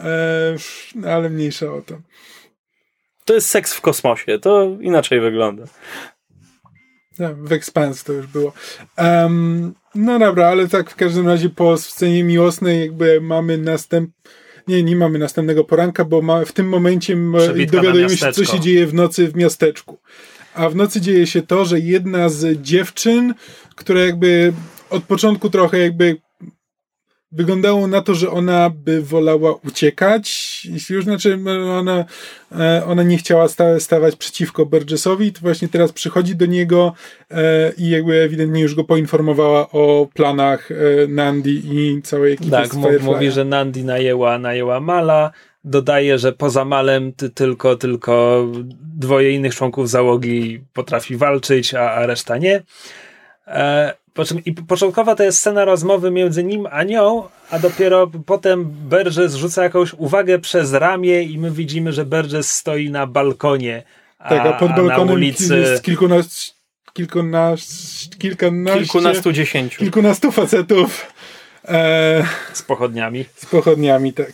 e, ale mniejsza o to.
To jest seks w kosmosie, to inaczej wygląda.
Ja, w Expanse to już było. Um, no dobra, ale tak w każdym razie po scenie miłosnej jakby mamy następ... Nie, nie mamy następnego poranka, bo ma, w tym momencie Przebitka dowiadujemy się, co się dzieje w nocy w miasteczku. A w nocy dzieje się to, że jedna z dziewczyn, która jakby od początku trochę jakby wyglądało na to, że ona by wolała uciekać, jeśli już znaczy ona, ona nie chciała sta- stawać przeciwko Burgessowi, to właśnie teraz przychodzi do niego e, i jakby ewidentnie już go poinformowała o planach e, Nandi i całej ekipy.
Tak, m- mówi, że Nandi najęła, najęła Mala, dodaje, że poza Malem ty tylko, tylko dwoje innych członków załogi potrafi walczyć, a, a reszta nie. E, Po czym, i początkowo to jest scena rozmowy między nim a nią, a dopiero potem Burgess rzuca jakąś uwagę przez ramię i my widzimy, że Burgess stoi na balkonie, a,
tak, a pod balkonem
a na ulicy
jest kilkunastu, kilkunastu, kilkanaście,
kilkunastu dziesięciu.
Kilkunastu facetów e,
z pochodniami.
Z pochodniami, tak.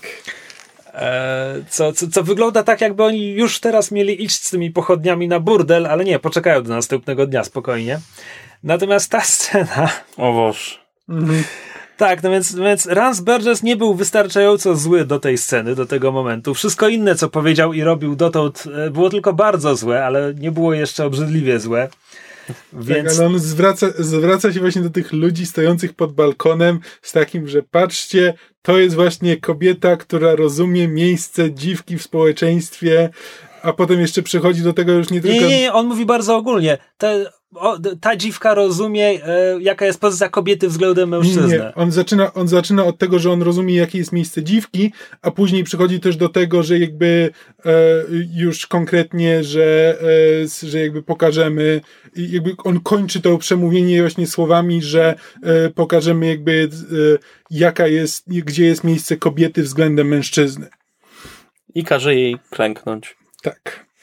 E, co, co, co wygląda tak, jakby oni już teraz mieli iść z tymi pochodniami na burdel, ale nie, poczekają do następnego dnia spokojnie. Natomiast ta scena...
O Boże.
Mhm. Tak, no więc, więc Rance Burgess nie był wystarczająco zły do tej sceny, do tego momentu. Wszystko inne, co powiedział i robił dotąd, było tylko bardzo złe, ale nie było jeszcze obrzydliwie złe. Więc...
Tak, ale on zwraca, zwraca się właśnie do tych ludzi stojących pod balkonem z takim, że patrzcie, to jest właśnie kobieta, która rozumie miejsce dziwki w społeczeństwie, a potem jeszcze przychodzi do tego już nie tylko...
Nie, nie, nie, on mówi bardzo ogólnie. Te, o, ta dziwka rozumie, e, jaka jest pozycja kobiety względem mężczyzny.
Nie, on zaczyna, on zaczyna od tego, że on rozumie, jakie jest miejsce dziwki, a później przychodzi też do tego, że jakby e, już konkretnie, że, e, że jakby pokażemy, jakby on kończy to przemówienie właśnie słowami, że e, pokażemy jakby e, jaka jest, gdzie jest miejsce kobiety względem mężczyzny.
I każe jej klęknąć.
Tak.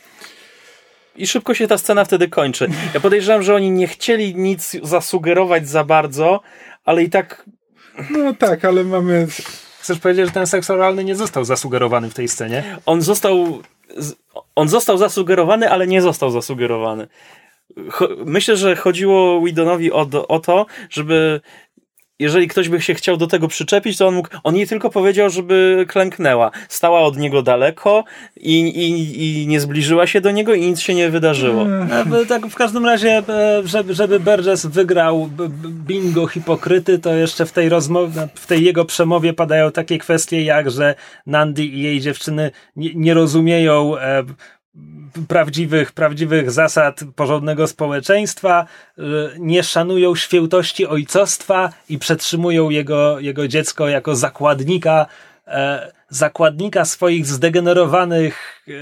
I szybko się ta scena wtedy kończy. Ja podejrzewam, że oni nie chcieli nic zasugerować za bardzo, ale i tak...
No tak, ale mamy...
Chcesz powiedzieć, że ten seks oralny nie został zasugerowany w tej scenie?
On został... On został zasugerowany, ale nie został zasugerowany. Myślę, że chodziło Whedonowi o, o to, żeby jeżeli ktoś by się chciał do tego przyczepić, to on mógł, on jej tylko powiedział, żeby klęknęła. Stała od niego daleko i, i, i nie zbliżyła się do niego i nic się nie wydarzyło.
Hmm. Tak w każdym razie, żeby, żeby Burgess wygrał bingo hipokryty, to jeszcze w tej rozmowie, w tej jego przemowie padają takie kwestie jak, że Nandi i jej dziewczyny nie, nie rozumieją e, prawdziwych, prawdziwych zasad porządnego społeczeństwa, nie szanują świętości ojcostwa i przetrzymują jego, jego dziecko jako zakładnika, e, zakładnika swoich zdegenerowanych e,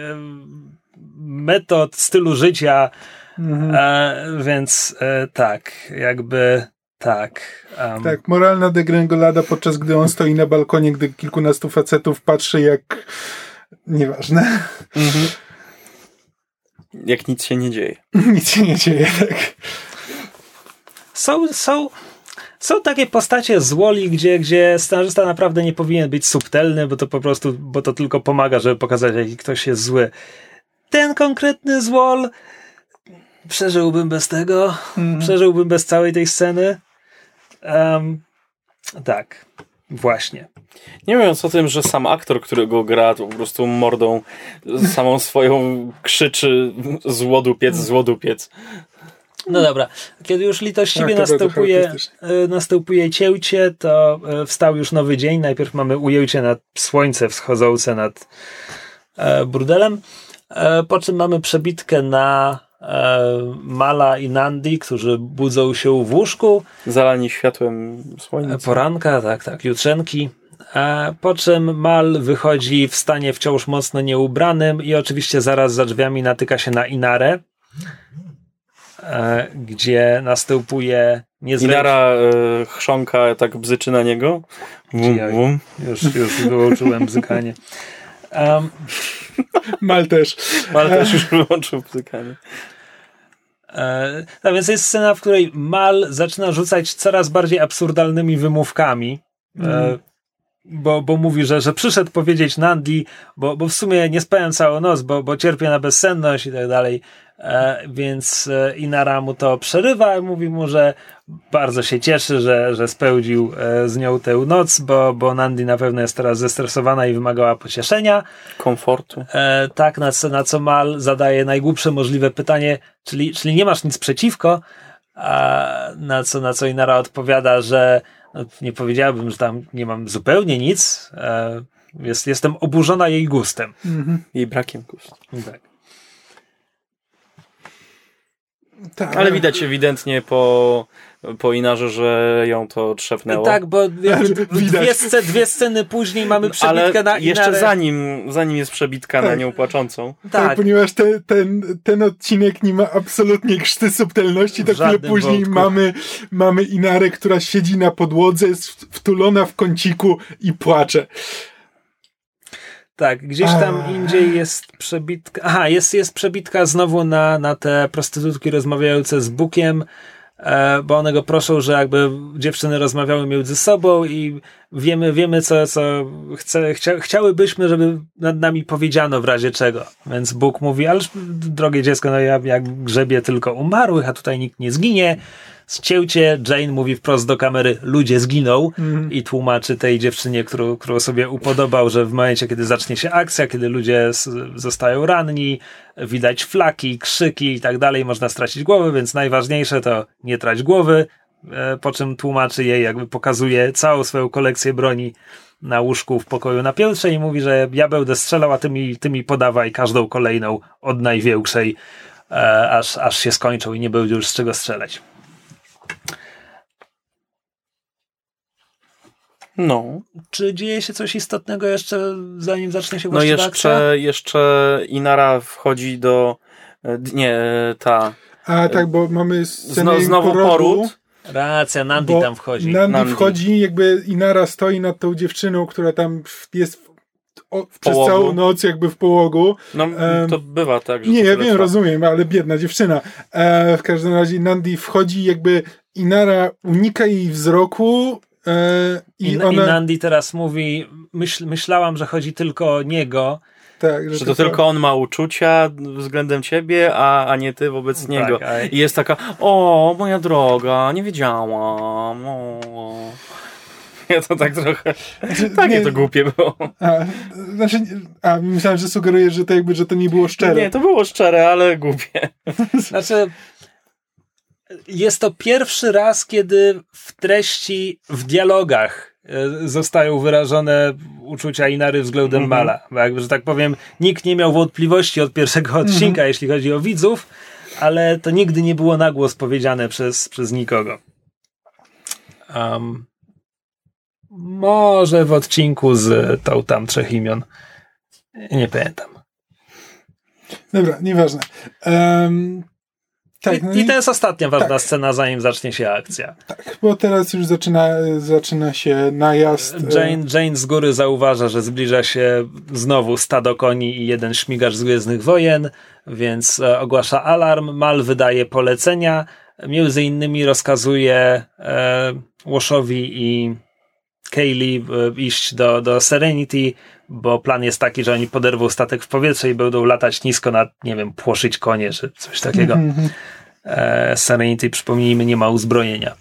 metod, stylu życia. Mhm. E, więc e, tak, jakby tak. Um.
Tak, moralna degrengolada, podczas gdy on stoi na balkonie, gdy kilkunastu facetów patrzy jak... Nieważne. Mhm.
Jak nic się nie dzieje.
Nic się nie dzieje, tak.
Są, są, są takie postacie z Wall-E, gdzie, gdzie scenarzysta naprawdę nie powinien być subtelny, bo to po prostu, bo to tylko pomaga, żeby pokazać, jaki ktoś jest zły. Ten konkretny z Wall przeżyłbym bez tego. Mm. Przeżyłbym bez całej tej sceny. Um, tak. Właśnie.
Nie mówiąc o tym, że sam aktor, którego gra, to po prostu mordą samą swoją krzyczy złodupiec, złodupiec.
No dobra. Kiedy już litościwie tak, następuje, następuje cięcie, to wstał już nowy dzień. Najpierw mamy ujęcie na słońce wschodzące nad e, burdelem, e, po czym mamy przebitkę na e, Mala i Nandi, którzy budzą się w łóżku.
Zalani światłem słońca.
Poranka, tak, tak, jutrzenki. E, po czym Mal wychodzi w stanie wciąż mocno nieubranym i oczywiście zaraz za drzwiami natyka się na Inarę, e, gdzie następuje niezwykle...
Inara e, chrząka tak bzyczy na niego.
Bum, bum. Już, już wyłączyłem bzykanie. Um,
Mal też.
Mal też już wyłączył bzykanie.
E, no więc jest scena, w której Mal zaczyna rzucać coraz bardziej absurdalnymi wymówkami. E, mm. Bo, bo mówi, że, że przyszedł powiedzieć Nandi, bo, bo w sumie nie spałem całą noc, bo, bo cierpię na bezsenność i tak dalej. E, więc e, Inara mu to przerywa i mówi mu, że bardzo się cieszy, że, że spełdził e, z nią tę noc, bo, bo Nandi na pewno jest teraz zestresowana i wymagała pocieszenia.
Komfortu.
E, tak, na co, na co Mal zadaje najgłupsze możliwe pytanie, czyli, czyli nie masz nic przeciwko, a na co, na co Inara odpowiada, że no, nie powiedziałabym, że tam nie mam zupełnie nic. E, jest, jestem oburzona jej gustem.
Mm-hmm. Jej brakiem gustu.
Tak.
Tak.
Ale widać ewidentnie po, po Inarze, że ją to trzepnęło.
Tak, bo dwie, sc- dwie sceny później mamy przebitkę
Ale
na Inarę.
jeszcze zanim, zanim jest przebitka tak. na nią płaczącą.
Tak, tak ponieważ te, ten, ten odcinek nie ma absolutnie krzty subtelności, to chwilę później mamy, mamy Inarę, która siedzi na podłodze, jest wtulona w kąciku i płacze.
Tak, gdzieś tam indziej jest przebitka. Aha, jest, jest przebitka znowu na, na te prostytutki rozmawiające z Bookiem, e, bo one go proszą, że jakby dziewczyny rozmawiały między sobą i wiemy, wiemy co, co chce, chcia, chciałybyśmy, żeby nad nami powiedziano w razie czego. Więc Book mówi, ależ drogie dziecko, no ja, ja grzebię tylko umarłych, a tutaj nikt nie zginie. Zcięcie, Jane mówi wprost do kamery, ludzie zginą mm. i tłumaczy tej dziewczynie, którą, którą sobie upodobał, że w momencie, kiedy zacznie się akcja, kiedy ludzie s- zostają ranni, widać flaki, krzyki i tak dalej, można stracić głowę, więc najważniejsze to nie trać głowy, e, po czym tłumaczy jej, jakby pokazuje całą swoją kolekcję broni na łóżku w pokoju na piętrze i mówi, że ja będę strzelał, a ty mi, ty mi podawaj każdą kolejną od największej, e, aż, aż się skończą i nie będzie już z czego strzelać.
No.
Czy dzieje się coś istotnego jeszcze, zanim zacznie się właściwa
No
akcja?
jeszcze, jeszcze Inara wchodzi do... Nie, ta...
A tak, bo mamy scenę
Zno, znowu
porodu.
poród.
Racja, Nandi tam wchodzi.
Nandi,
Nandi
wchodzi, jakby Inara stoi nad tą dziewczyną, która tam jest o, przez całą noc jakby w połogu.
No e, to bywa tak, że
nie, ja wiem,
trwa.
rozumiem, ale biedna dziewczyna. E, w każdym razie Nandi wchodzi jakby Inara unika jej wzroku e, i,
I,
ona...
I Nandi teraz mówi, myśl, myślałam, że chodzi tylko o niego.
Tak, że,
że to, to tylko on ma uczucia względem ciebie, a, a nie ty wobec niego.
Tak, a...
I jest taka, o, moja droga, nie wiedziałam. O. Ja to tak trochę, znaczy, takie nie, to głupie było.
A, znaczy, a myślałem, że sugerujesz, że to jakby, że to nie było szczere.
Nie, to było szczere, ale głupie.
Znaczy, jest to pierwszy raz, kiedy w treści, w dialogach zostają wyrażone uczucia Inary względem mm-hmm. Mala. Bo jakby, że tak powiem, nikt nie miał wątpliwości od pierwszego odcinka, mm-hmm. jeśli chodzi o widzów, ale to nigdy nie było na głos powiedziane przez, przez nikogo. Um, może w odcinku z tą tam trzech imion. Nie pamiętam.
Dobra, nieważne. Um, tak,
I,
no
I
i,
to jest ostatnia ważna
tak.
scena, zanim zacznie się akcja.
Tak, bo teraz już zaczyna, zaczyna się najazd.
Jane, Jane z góry zauważa, że zbliża się znowu stado koni i jeden śmigacz z Gwiezdnych Wojen, więc ogłasza alarm. Mal wydaje polecenia. Między innymi rozkazuje e, Washowi i Kaylee iść do, do Serenity, bo plan jest taki, że oni poderwą statek w powietrze i będą latać nisko nad, nie wiem, płoszyć konie, czy coś takiego. Mm-hmm. E, Serenity, przypomnijmy, nie ma uzbrojenia.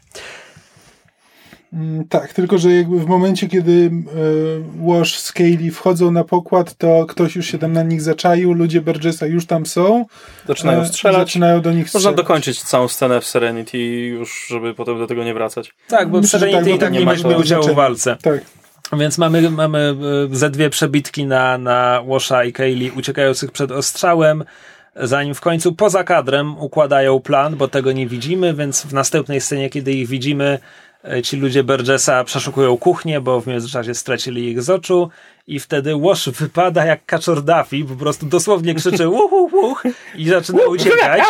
Mm, tak, tylko że jakby w momencie, kiedy y, Wash z Kaylee wchodzą na pokład, to ktoś już się tam na nich zaczaił, ludzie Burgessa już tam są.
Zaczynają strzelać.
Zaczynają do nich strzelać.
Można dokończyć całą scenę w Serenity już, żeby potem do tego nie wracać.
Tak, bo w Serenity tak, i tak nie weźmie udziału w walce.
Tak.
Więc mamy, mamy ze dwie przebitki na, na Washa i Kaylee uciekających przed ostrzałem, zanim w końcu poza kadrem układają plan, bo tego nie widzimy, więc w następnej scenie, kiedy ich widzimy, ci ludzie Burgessa przeszukują kuchnię, bo w międzyczasie stracili ich z oczu i wtedy Wash wypada jak kaczor Daffy, po prostu dosłownie krzyczy wuch, wuch, wuch i zaczyna uciekać.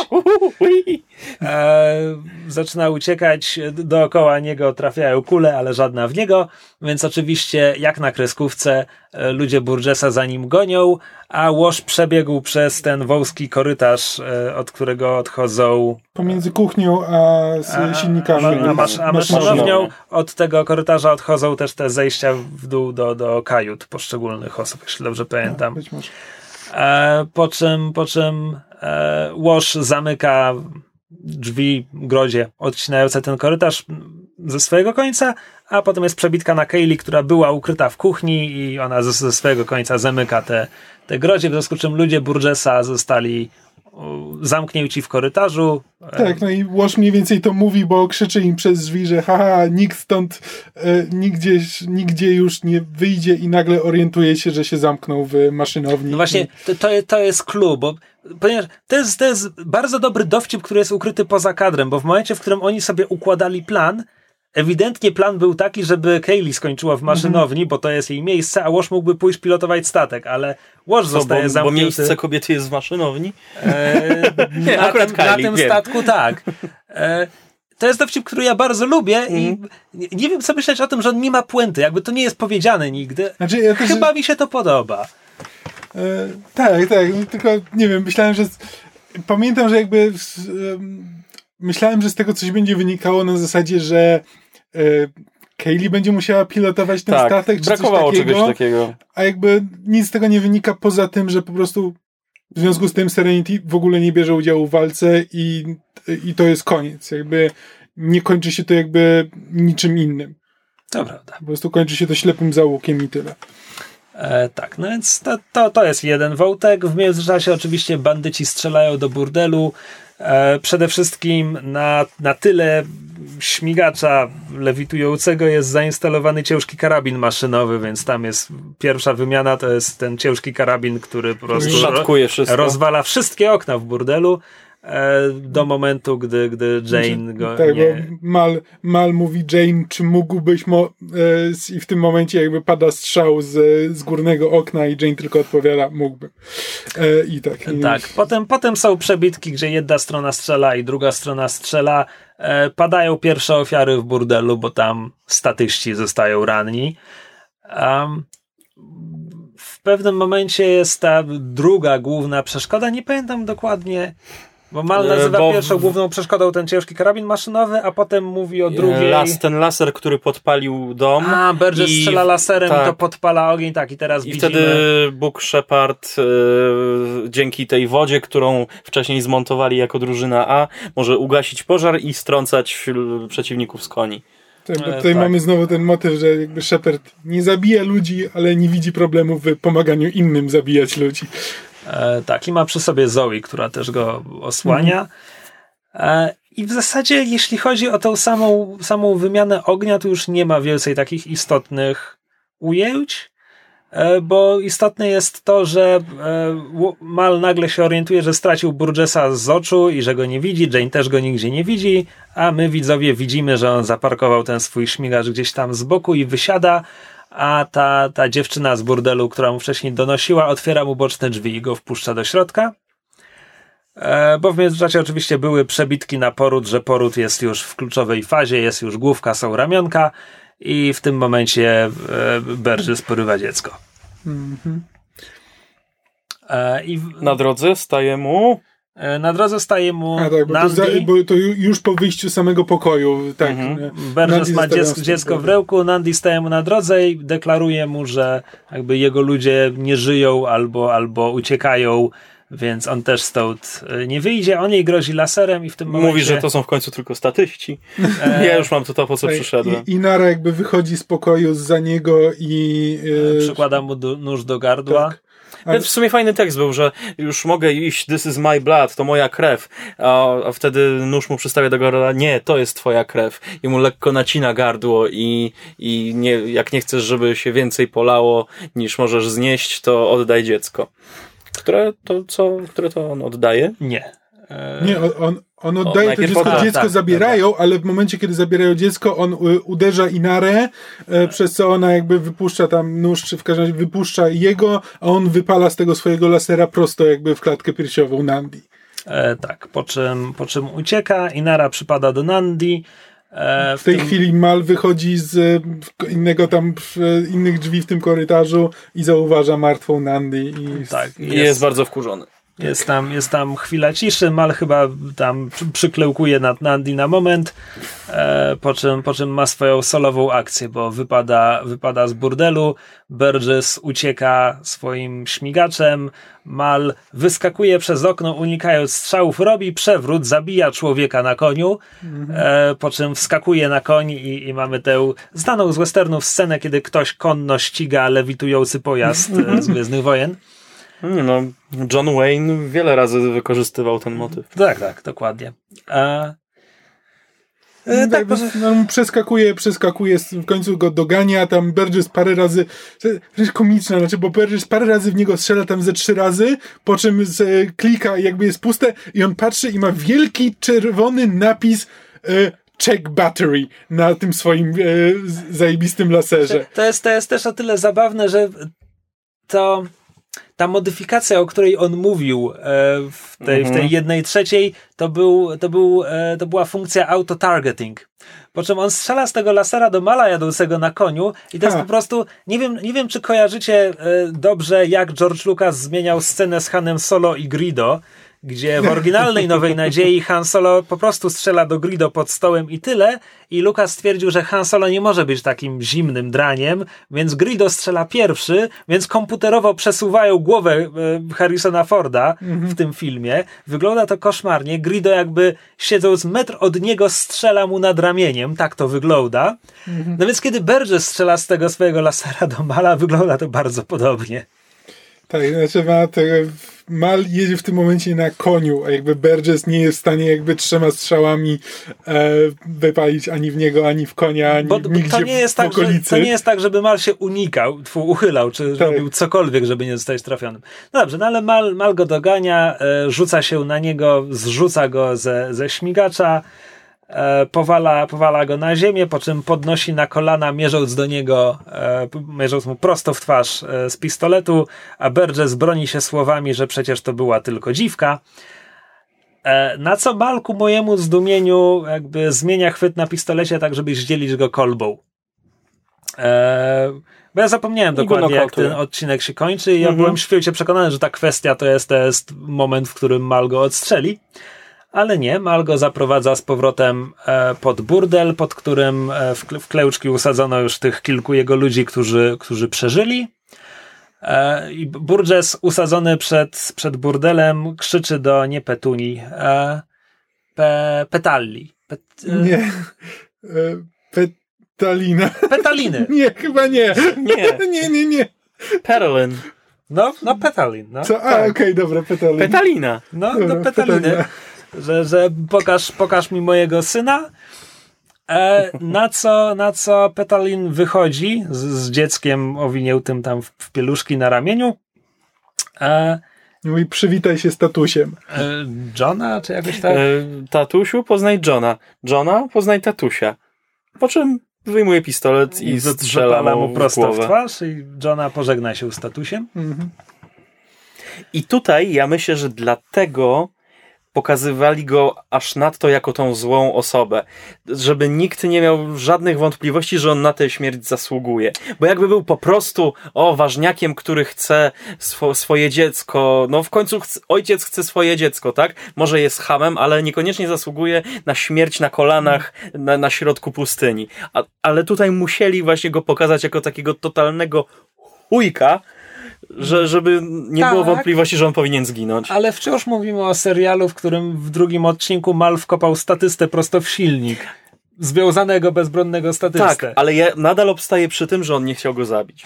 E, zaczyna uciekać, dookoła niego trafiają kule, ale żadna w niego, więc oczywiście jak na kreskówce ludzie Burgessa za nim gonią, a Wash przebiegł przez ten wąski korytarz, e, od którego odchodzą
pomiędzy kuchnią a z silnikami.
A, a, masz, a maszynownią. Od tego korytarza odchodzą też te zejścia w dół do, do kajut poszczególnych osób, jeśli dobrze pamiętam.
No, być może.
E, po czym, po czym e, Wash zamyka drzwi grozie odcinające ten korytarz ze swojego końca, a potem jest przebitka na Kaylee, która była ukryta w kuchni i ona ze, ze swojego końca zamyka te, te grozie, w związku z czym ludzie Burgessa zostali zamknięci w korytarzu.
Tak, no i Wash mniej więcej to mówi, bo krzyczy im przez drzwi, że haha, nikt stąd e, nigdzie, nigdzie już nie wyjdzie i nagle orientuje się, że się zamknął w maszynowni.
No właśnie, to, to, to jest clue, bo ponieważ to jest, to jest bardzo dobry dowcip, który jest ukryty poza kadrem, bo w momencie, w którym oni sobie układali plan, ewidentnie plan był taki, żeby Kaylee skończyła w maszynowni, mm-hmm. bo to jest jej miejsce, a Wash mógłby pójść pilotować statek, ale Wash Co, zostaje
bo,
zamknięty.
Bo miejsce kobiety jest w maszynowni?
E, nie, na, akurat tym, Kylie, na tym statku tak. E, to jest dowcip, który ja bardzo lubię mm. i nie, nie wiem, co myśleć o tym, że on nie ma puenty. Jakby to nie jest powiedziane nigdy. Znaczy, ja też... Chyba mi się to podoba.
E, tak, tak. Tylko nie wiem, myślałem, że pamiętam, że jakby um, myślałem, że z tego coś będzie wynikało na zasadzie, że Kaylee będzie musiała pilotować ten
tak,
statek, czy
brakowało
coś takiego,
czegoś takiego.
A jakby nic z tego nie wynika poza tym, że po prostu w związku z tym Serenity w ogóle nie bierze udziału w walce i, i to jest koniec. Jakby nie kończy się to jakby niczym innym.
To prawda.
Po prostu kończy się to ślepym załukiem i tyle.
E, tak, no więc to, to, to jest jeden wątek. W międzyczasie oczywiście bandyci strzelają do burdelu. E, przede wszystkim na, na tyle śmigacza lewitującego jest zainstalowany ciężki karabin maszynowy, więc tam jest pierwsza wymiana, to jest ten ciężki karabin, który po prostu
szatkuje wszystko.
Rozwala wszystkie okna w burdelu e, do momentu, gdy, gdy Jane go
tak,
nie...
Bo Mal, Mal mówi Jane, czy mógłbyś mo... E, i w tym momencie jakby pada strzał z, z górnego okna i Jane tylko odpowiada, mógłbym. E, I tak. I...
Tak, potem, potem są przebitki, gdzie jedna strona strzela i druga strona strzela. E, padają pierwsze ofiary w burdelu, bo tam statyści zostają ranni. Um, w w pewnym momencie jest ta druga główna przeszkoda, nie pamiętam dokładnie, bo Mal nazywa bo pierwszą w... główną przeszkodą ten ciężki karabin maszynowy, a potem mówi o drugiej...
Las, ten laser, który podpalił dom.
A, Burgess i... strzela laserem tak. i to podpala ogień, tak, i teraz
I
widzimy...
wtedy Book Shepard yy, dzięki tej wodzie, którą wcześniej zmontowali jako drużyna A, może ugasić pożar i strącać przeciwników z koni.
Tak, bo tutaj e, tak. mamy znowu ten motyw, że jakby Shepard nie zabija ludzi, ale nie widzi problemu w pomaganiu innym zabijać ludzi.
E, tak, i ma przy sobie Zoe, która też go osłania. E, I w zasadzie, jeśli chodzi o tą samą, samą wymianę ognia, to już nie ma więcej takich istotnych ujęć, e, bo istotne jest to, że e, Mal nagle się orientuje, że stracił Burgessa z oczu i że go nie widzi, Jane też go nigdzie nie widzi, a my widzowie widzimy, że on zaparkował ten swój śmigacz gdzieś tam z boku i wysiada, a ta, ta dziewczyna z burdelu, która mu wcześniej donosiła, otwiera mu boczne drzwi i go wpuszcza do środka. E, bo w międzyczasie oczywiście były przebitki na poród, że poród jest już w kluczowej fazie, jest już główka, są ramionka i w tym momencie e, Burgess porywa dziecko.
Mm-hmm.
E, i w,
na drodze staje mu...
Na drodze staje mu
A tak, bo,
Nandi,
to za, bo to już po wyjściu samego pokoju. Tak,
mhm. Burgess ma dziecko, dziecko w ręku, Nandi staje mu na drodze i deklaruje mu, że jakby jego ludzie nie żyją albo, albo uciekają, więc on też stąd nie wyjdzie. On jej grozi laserem i w tym momencie...
Mówi, że to są w końcu tylko statyści. E... Ja już mam to, to po co tak, przyszedłem.
I, I Nara jakby wychodzi z pokoju za niego i...
Yy... Przykłada mu do, nóż do gardła.
Tak.
Ale... W sumie fajny tekst był, że już mogę iść, this is my blood, to moja krew, a, a wtedy nóż mu przystawia do gardła, nie, to jest twoja krew. I mu lekko nacina gardło i, i nie, jak nie chcesz, żeby się więcej polało niż możesz znieść, to oddaj dziecko. Które to, co, które to on oddaje?
Nie.
Eee... Nie, on, on oddaje o, to dziecko, odda, dziecko tak, zabierają, tak. ale w momencie, kiedy zabierają dziecko, on uderza Inarę, e, przez co ona jakby wypuszcza tam nóż, czy w każdym razie wypuszcza jego, a on wypala z tego swojego lasera prosto jakby w klatkę piersiową Nandi.
E, tak, po czym, po czym ucieka, Inara przypada do Nandi.
E, w, w tej tym... chwili Mal wychodzi z innego tam, innych drzwi w tym korytarzu i zauważa martwą Nandi. I
tak, jest, jest bardzo wkurzony.
Jest tam, jest tam chwila ciszy, Mal chyba tam przyklełkuje nad Nandi na moment, e, po, czym, po czym ma swoją solową akcję, bo wypada, wypada z burdelu, Burgess ucieka swoim śmigaczem, Mal wyskakuje przez okno, unikając strzałów, robi przewrót, zabija człowieka na koniu, e, po czym wskakuje na koń i, i mamy tę znaną z westernów scenę, kiedy ktoś konno ściga lewitujący pojazd z Gwiezdnych Wojen.
Nie no, John Wayne wiele razy wykorzystywał ten motyw.
Tak, tak, dokładnie. A...
E, tak, bo... no, przeskakuje, przeskakuje, w końcu go dogania, tam Burgess parę razy, wręcz komiczna, znaczy, bo Burgess parę razy w niego strzela tam ze trzy razy, po czym z, klika i jakby jest puste i on patrzy i ma wielki czerwony napis e, check battery na tym swoim e, zajebistym laserze.
To jest, to jest też o tyle zabawne, że to ta modyfikacja, o której on mówił e, w, tej, mhm. w tej jednej trzeciej, to, był, to, był, e, to była funkcja auto-targeting. Po czym on strzela z tego lasera do Mala jadącego na koniu i to jest ha. po prostu, nie wiem, nie wiem czy kojarzycie e, dobrze, jak George Lucas zmieniał scenę z Hanem Solo i Greedo, gdzie w oryginalnej Nowej Nadziei Han Solo po prostu strzela do Greedo pod stołem i tyle, i Lucas stwierdził, że Han Solo nie może być takim zimnym draniem, więc Greedo strzela pierwszy, więc komputerowo przesuwają głowę e, Harrisona Forda mhm. w tym filmie. Wygląda to koszmarnie. Greedo jakby siedząc metr od niego strzela mu nad ramieniem. Tak to wygląda. Mhm. No więc kiedy Burgess strzela z tego swojego lasera do Mala, wygląda to bardzo podobnie.
Tak, znaczy ma te, Mal jedzie w tym momencie na koniu, a jakby Burgess nie jest w stanie jakby trzema strzałami e, wypalić ani w niego, ani w konia, ani
Bo,
nigdzie
to nie jest
w
tak,
okolicy.
Że, to nie jest tak, żeby Mal się unikał, tfu, uchylał, czy tak. robił cokolwiek, żeby nie zostać trafionym. No dobrze, no ale Mal, Mal go dogania, e, rzuca się na niego, zrzuca go ze, ze śmigacza, E, powala, powala go na ziemię, po czym podnosi na kolana, mierząc do niego, e, mierząc mu prosto w twarz e, z pistoletu, a Burgess broni się słowami, że przecież to była tylko dziwka. E, na co Mal ku mojemu zdumieniu jakby zmienia chwyt na pistolecie tak, żeby zdzielić go kolbą. E, bo ja zapomniałem dokładnie, jak ten odcinek się kończy i ja mm-hmm. byłem świecie przekonany, że ta kwestia to jest, to jest moment, w którym Mal go odstrzeli. Ale nie, Mal go zaprowadza z powrotem e, pod burdel, pod którym e, w, w kleuczki usadzono już tych kilku jego ludzi, którzy, którzy przeżyli. E, I Burgess usadzony przed, przed burdelem krzyczy do nie Petuni, e, pe, Petalli. Pet, e,
nie, e, Petalina.
Petaliny.
nie, chyba nie.
Nie,
nie, nie, nie.
Petalin.
No, no Petalin. No,
Co? A,
tak.
okej, okay, dobra, Petalin.
Petalina.
No, no Petaliny. Że, że pokaż, pokaż mi mojego syna. E, na, co, na co Petalin wychodzi z, z dzieckiem owiniętym tam w, w pieluszki na ramieniu. E,
Mówi, przywitaj się z tatusiem.
E, Johna, czy jakoś tak?
E, tatusiu, poznaj Johna. Johna, poznaj tatusia. Po czym wyjmuje pistolet i strzela mu
prosto w twarz i Johna pożegna się z tatusiem. Mhm.
I tutaj ja myślę, że dlatego pokazywali go aż nadto jako tą złą osobę, żeby nikt nie miał żadnych wątpliwości, że on na tę śmierć zasługuje. Bo jakby był po prostu o ważniakiem, który chce swo- swoje dziecko, no w końcu chce, ojciec chce swoje dziecko, tak? Może jest chamem, ale niekoniecznie zasługuje na śmierć na kolanach na, na środku pustyni. A, ale tutaj musieli właśnie go pokazać jako takiego totalnego chujka, Że, żeby nie tak, było wątpliwości, że on powinien zginąć.
Ale wciąż mówimy o serialu, w którym w drugim odcinku Mal wkopał statystę prosto w silnik. Związanego, bezbronnego statystę.
Tak, ale ja nadal obstaję przy tym, że on nie chciał go zabić.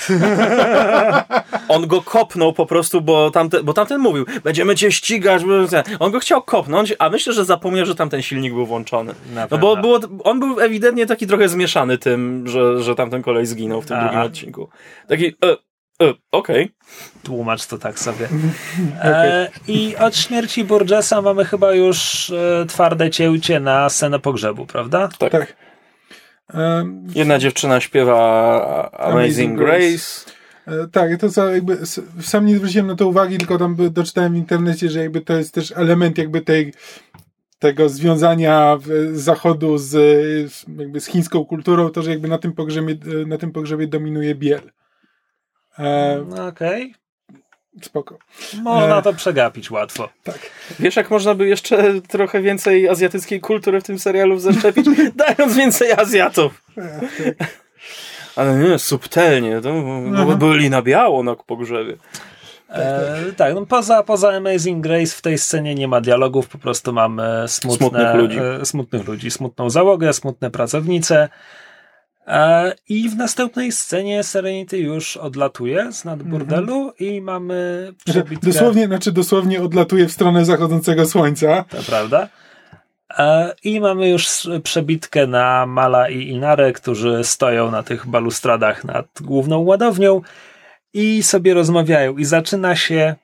On go kopnął po prostu, bo tamten, bo tamten mówił, będziemy cię ścigać. On go chciał kopnąć, a myślę, że zapomniał, że tamten silnik był włączony. No bo było, on był ewidentnie taki trochę zmieszany tym, że, że tamten kolej zginął w tym a. drugim odcinku. Taki... E, E, Okej. Okay.
Tłumacz to tak sobie. E, I od śmierci Burgessa mamy chyba już e, twarde cięcie na scenę pogrzebu, prawda?
Tak.
tak. Um,
Jedna dziewczyna śpiewa Amazing, Amazing Grace.
Grace. E, tak, to co jakby sam nie zwróciłem na to uwagi, tylko tam doczytałem w internecie, że jakby to jest też element jakby tej tego związania zachodu z, jakby z chińską kulturą, to, że jakby na tym pogrzebie, na tym pogrzebie dominuje biel.
E, Okej.
Okay. Spoko.
Można e, to przegapić łatwo.
Tak.
Wiesz, jak można by jeszcze trochę więcej azjatyckiej kultury w tym serialu zaszczepić? Dając więcej Azjatów. E, tak. Ale nie, subtelnie. To mhm. byli na biało na pogrzebie.
E, tak, no poza, poza Amazing Grace w tej scenie nie ma dialogów, po prostu mamy smutne,
smutnych, ludzi.
E, smutnych ludzi, smutną załogę, smutne pracownice. E, I w następnej scenie Serenity już odlatuje z nad burdelu mm-hmm. i mamy przebitkę...
Dosłownie, znaczy dosłownie odlatuje w stronę zachodzącego słońca.
To prawda. E, I mamy już przebitkę na Mala i Inarę, którzy stoją na tych balustradach nad główną ładownią i sobie rozmawiają. I zaczyna się...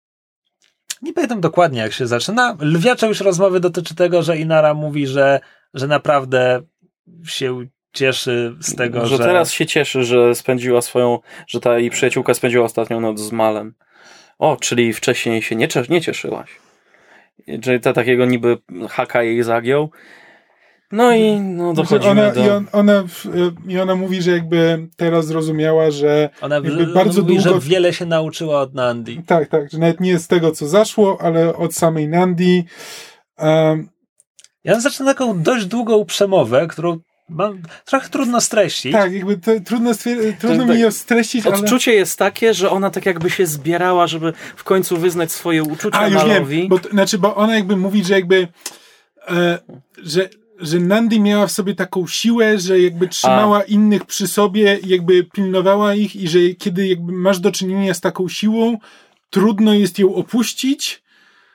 Nie pamiętam dokładnie, jak się zaczyna. Lwia część rozmowy dotyczy tego, że Inara mówi, że, że naprawdę się cieszy z tego, że...
Że teraz się cieszy, że spędziła swoją... Że ta jej przyjaciółka spędziła ostatnią noc z Malem. O, czyli wcześniej się nie, nie cieszyłaś. Czyli ta takiego niby haka jej zagiął. No i no, dochodzimy
ona,
do...
I, on, ona, I ona mówi, że jakby teraz zrozumiała, że
ona
jakby
w,
bardzo
mówi,
długo...
że wiele się nauczyła od Nandi.
Tak, tak, że nawet nie z tego, co zaszło, ale od samej Nandi. Um...
Ja zacznę taką dość długą przemowę, którą mam trochę trudno streścić.
Tak, jakby to, trudno, stwier- trudno
tak,
mi ją streścić,
odczucie
ale...
jest takie, że ona tak jakby się zbierała, żeby w końcu wyznać swoje uczucia
A, już
Malowi.
Wiem, bo, znaczy, bo ona jakby mówi, że jakby e, że, że Nandi miała w sobie taką siłę, że jakby trzymała A. innych przy sobie i jakby pilnowała ich i że kiedy jakby masz do czynienia z taką siłą, trudno jest ją opuścić.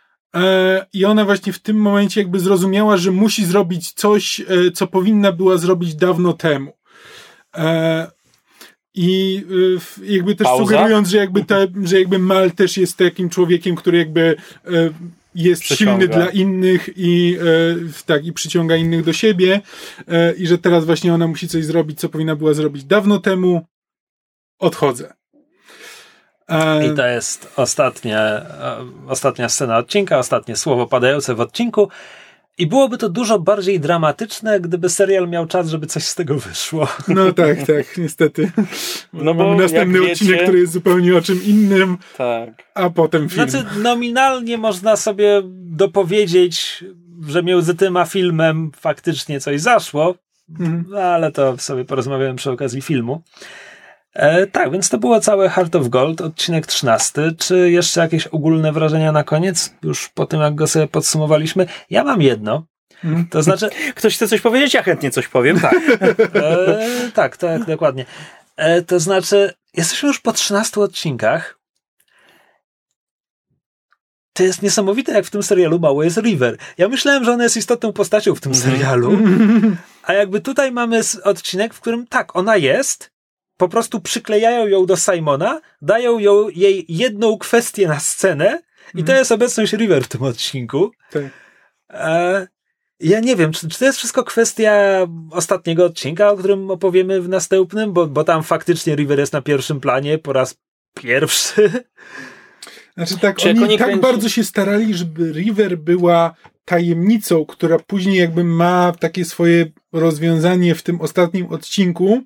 I ona właśnie w tym momencie jakby zrozumiała, że musi zrobić coś, co powinna była zrobić dawno temu. I jakby też
Pauza?
sugerując, że jakby, te, że jakby Mal też jest takim człowiekiem, który jakby jest przyciąga. silny dla innych i tak, i przyciąga innych do siebie i że teraz właśnie ona musi coś zrobić, co powinna była zrobić dawno temu. Odchodzę.
I to jest ostatnia, ostatnia scena odcinka, ostatnie słowo padające w odcinku I byłoby to dużo bardziej dramatyczne, gdyby serial miał czas, żeby coś z tego wyszło.
No tak, tak, niestety.
No bo
mamy następny
jak
odcinek,
wiecie,
który jest zupełnie o czym innym,
tak.
a potem film.
Znaczy, nominalnie można sobie dopowiedzieć, że między tym a filmem faktycznie coś zaszło,
Mhm.
no, ale to sobie porozmawiałem przy okazji filmu. E, tak, więc to było całe Heart of Gold, odcinek trzynasty. Czy jeszcze jakieś ogólne wrażenia na koniec? Już po tym, jak go sobie podsumowaliśmy. Ja mam jedno.
Mhm.
To znaczy...
Ktoś chce coś powiedzieć? Ja chętnie coś powiem. Tak,
e, tak, tak, dokładnie. E, to znaczy, jesteśmy już po trzynastu odcinkach. To jest niesamowite, jak w tym serialu mało jest River. Ja myślałem, że ona jest istotną postacią w tym serialu, a jakby tutaj mamy odcinek, w którym tak, ona jest, po prostu przyklejają ją do Simona, dają ją, jej jedną kwestię na scenę i to jest obecność River w tym odcinku.
Tak.
E, ja nie wiem, czy, czy to jest wszystko kwestia ostatniego odcinka, o którym opowiemy w następnym, bo, bo tam faktycznie River jest na pierwszym planie po raz pierwszy.
Znaczy tak,
Czy
oni,
oni
tak
kręci-
bardzo się starali, żeby River była tajemnicą, która później jakby ma takie swoje rozwiązanie w tym ostatnim odcinku,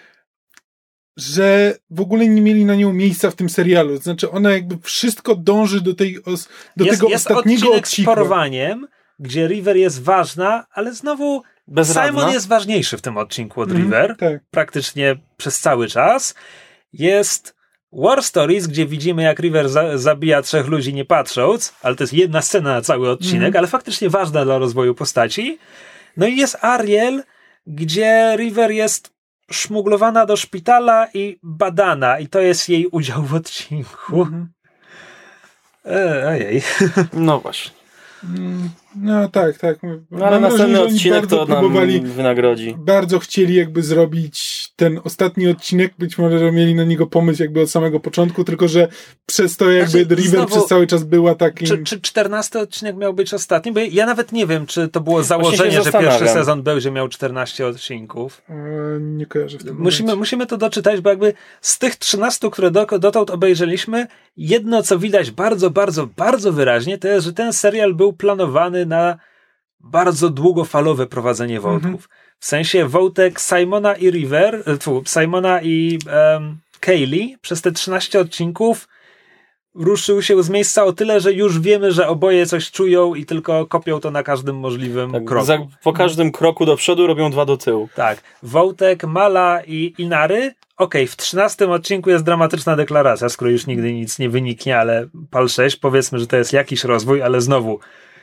że w ogóle nie mieli na nią miejsca w tym serialu. Znaczy ona jakby wszystko dąży do, tej os- do
jest,
tego
jest
ostatniego
odcinek
odcinku.
z porwaniem, gdzie River jest ważna, ale znowu
bezradna.
Simon jest ważniejszy w tym odcinku od
Mhm,
River.
tak.
Praktycznie przez cały czas. Jest War Stories, gdzie widzimy, jak River za- zabija trzech ludzi nie patrząc, ale to jest jedna scena na cały odcinek,
Mhm.
ale faktycznie ważna dla rozwoju postaci. No i jest Ariel, gdzie River jest szmuglowana do szpitala i badana i to jest jej udział w odcinku.
Mhm.
E, ojej.
No właśnie.
Mm, No tak, tak.
No ale
Mam
następny
wrażenie, że oni
odcinek
bardzo
to nam
próbowali,
wynagrodzi.
bardzo chcieli jakby zrobić ten ostatni odcinek, być może, że mieli na niego pomysł jakby od samego początku, tylko że przez to jakby
Znaczy,
River
znowu,
przez cały czas była takim...
Czy, czy czternasty odcinek miał być ostatni? Bo ja nawet nie wiem, czy to było
się
założenie, że pierwszy
zastanawiam.
sezon będzie miał czternaście odcinków.
E, Nie kojarzę w tym
Musimy,
momencie.
musimy to doczytać, bo jakby z tych trzynastu, które do, dotąd obejrzeliśmy, jedno co widać bardzo, bardzo, bardzo wyraźnie, to jest, że ten serial był planowany na bardzo długofalowe prowadzenie wątków.
Mhm.
W sensie wątek Simona i River, e, tfu, Simona i um, Kaylee przez te trzynaście odcinków ruszył się z miejsca o tyle, że już wiemy, że oboje coś czują i tylko kopią to na każdym możliwym
Tak,
kroku.
za, po każdym kroku do przodu robią dwa do tyłu.
Tak. Wątek Mala i Inary. Okej, w trzynastym odcinku jest dramatyczna deklaracja, z której już nigdy nic nie wyniknie, ale pal sześć, powiedzmy, że to jest jakiś rozwój, ale znowu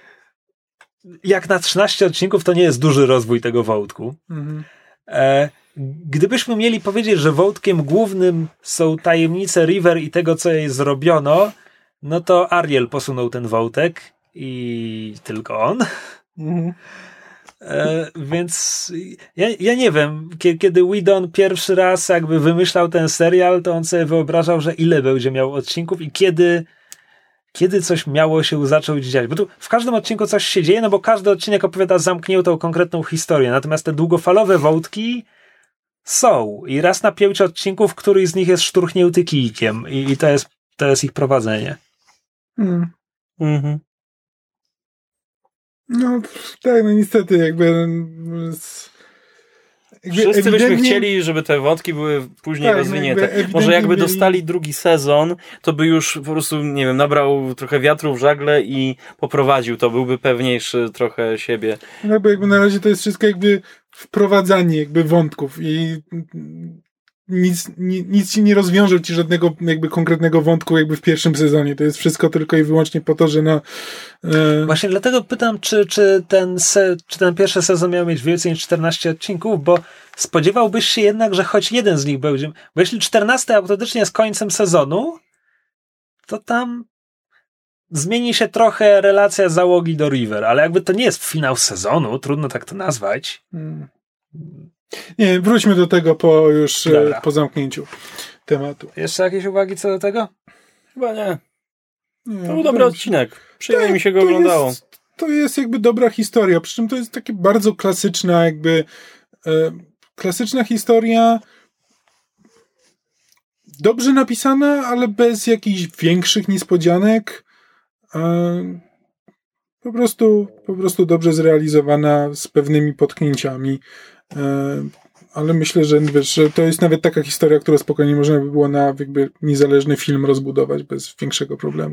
jak na trzynaście odcinków to nie jest duży rozwój tego wątku.
Mhm.
E, gdybyśmy mieli powiedzieć, że wątkiem głównym są tajemnice River i tego, co jej zrobiono, no to Ariel posunął ten wątek i tylko on.
Mhm.
E, więc ja, ja nie wiem, kie, kiedy Whedon pierwszy raz jakby wymyślał ten serial, to on sobie wyobrażał, że ile będzie miał odcinków i kiedy kiedy coś miało się zacząć dziać. Bo tu w każdym odcinku coś się dzieje, no bo każdy odcinek opowiada zamkniętą konkretną historię, natomiast te długofalowe wątki są i raz na pięć odcinków któryś z nich jest szturchnięty kijkiem i, i to jest to jest ich prowadzenie.
Mhm.
Mhm.
No tak, no niestety jakby... z- jakby
Wszyscy byśmy
ewidentnie-
chcieli, żeby te wątki były później
Tak, no
rozwinięte.
jakby ewidentnie
Może jakby
mieli-
dostali drugi sezon, to by już po prostu, nie wiem, nabrał trochę wiatru w żagle i poprowadził to. Byłby pewniejszy trochę siebie.
No bo jakby na razie to jest wszystko jakby wprowadzanie jakby wątków i nic, ni, nic ci nie rozwiąże ci żadnego jakby konkretnego wątku jakby w pierwszym sezonie. To jest wszystko tylko i wyłącznie po to, że na... E,
Właśnie dlatego pytam, czy, czy, ten se, czy ten pierwszy sezon miał mieć więcej niż czternaście odcinków, bo spodziewałbyś się jednak, że choć jeden z nich będzie, bo jeśli czternasty autentycznie jest końcem sezonu, to tam zmieni się trochę relacja załogi do River, ale jakby to nie jest finał sezonu, trudno tak to nazwać.
hmm. Nie, wróćmy do tego po już e,
Dobra.
po zamknięciu tematu.
Jeszcze jakieś uwagi co do tego?
Chyba nie.
Nie,
To był dobry
dobrze.
odcinek. Przyjemnie
Tak,
mi się go
to
oglądało.
Jest, to jest jakby dobra historia, przy czym to jest takie bardzo klasyczna jakby e, klasyczna historia, dobrze napisana, ale bez jakichś większych niespodzianek. E, Po prostu, po prostu dobrze zrealizowana, z pewnymi potknięciami. Ale myślę, że, wiesz, że to jest nawet taka historia, która spokojnie można by było na jakby niezależny film rozbudować bez większego problemu.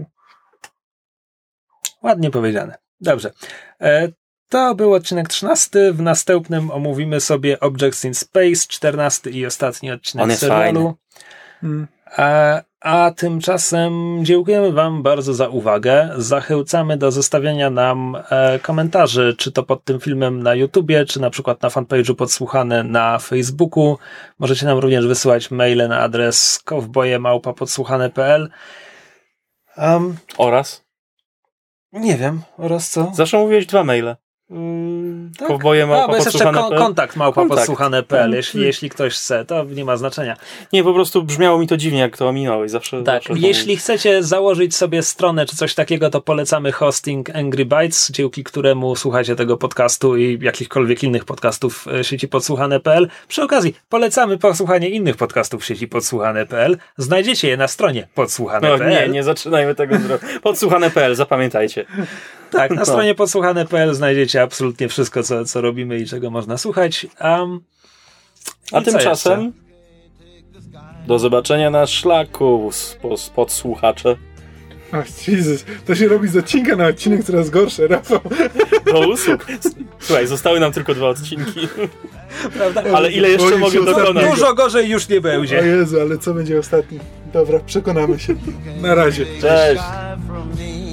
Ładnie powiedziane. Dobrze. E, to był odcinek trzynasty. W następnym omówimy sobie Objects in Space, czternasty i ostatni odcinek
On jest
serialu.
fajny.
A, a tymczasem dziękujemy wam bardzo za uwagę. Zachęcamy do zostawiania nam e, komentarzy, czy to pod tym filmem na YouTubie, czy na przykład na fanpage'u Podsłuchane na Facebooku. Możecie nam również wysyłać maile na adres kowboje małpa podsłuchane kropka p l. Um,
Oraz?
nie wiem, oraz co?
Zawsze mówiłeś dwa maile.
Mm, tak?
Kowboje małpa
A, bo jest jeszcze
podsłuchane
kon-
kropka p l.
kontakt małpa
Kontakt.
podsłuchane kropka p l.
Mhm.
Jeśli, jeśli ktoś chce, to nie ma znaczenia.
Nie, po prostu brzmiało mi to dziwnie, jak to ominąłeś. Zawsze,
Tak,
zawsze to
jeśli
mówię.
chcecie założyć sobie stronę czy coś takiego, to polecamy hosting Angry Bytes, dzięki któremu słuchacie tego podcastu i jakichkolwiek innych podcastów e, sieci podsłuchane kropka p l. Przy okazji, polecamy posłuchanie innych podcastów sieci podsłuchane kropka p l. Znajdziecie je na stronie podsłuchane
No
kropka p l.
nie, nie zaczynajmy tego zrobić. Podsłuchane kropka p l, zapamiętajcie.
Tak, na
No.
stronie podsłuchane kropka p l znajdziecie absolutnie wszystko, co, co robimy i czego można słuchać. Um,
A
i co
tymczasem
jeszcze?
do zobaczenia na szlaku, spod, podsłuchacze.
Ach, Jezus, to się robi z odcinka na odcinek coraz gorsze, Rafał.
Do usług. Słuchaj, zostały nam tylko dwa odcinki.
Prawda?
Ale ile jeszcze
Boję
mogę
się
dokonać?
ostatniego.
Dużo gorzej już nie
O
będzie.
Jezu, ale co będzie ostatni? Dobra, przekonamy się. Na razie.
Cześć.
From me.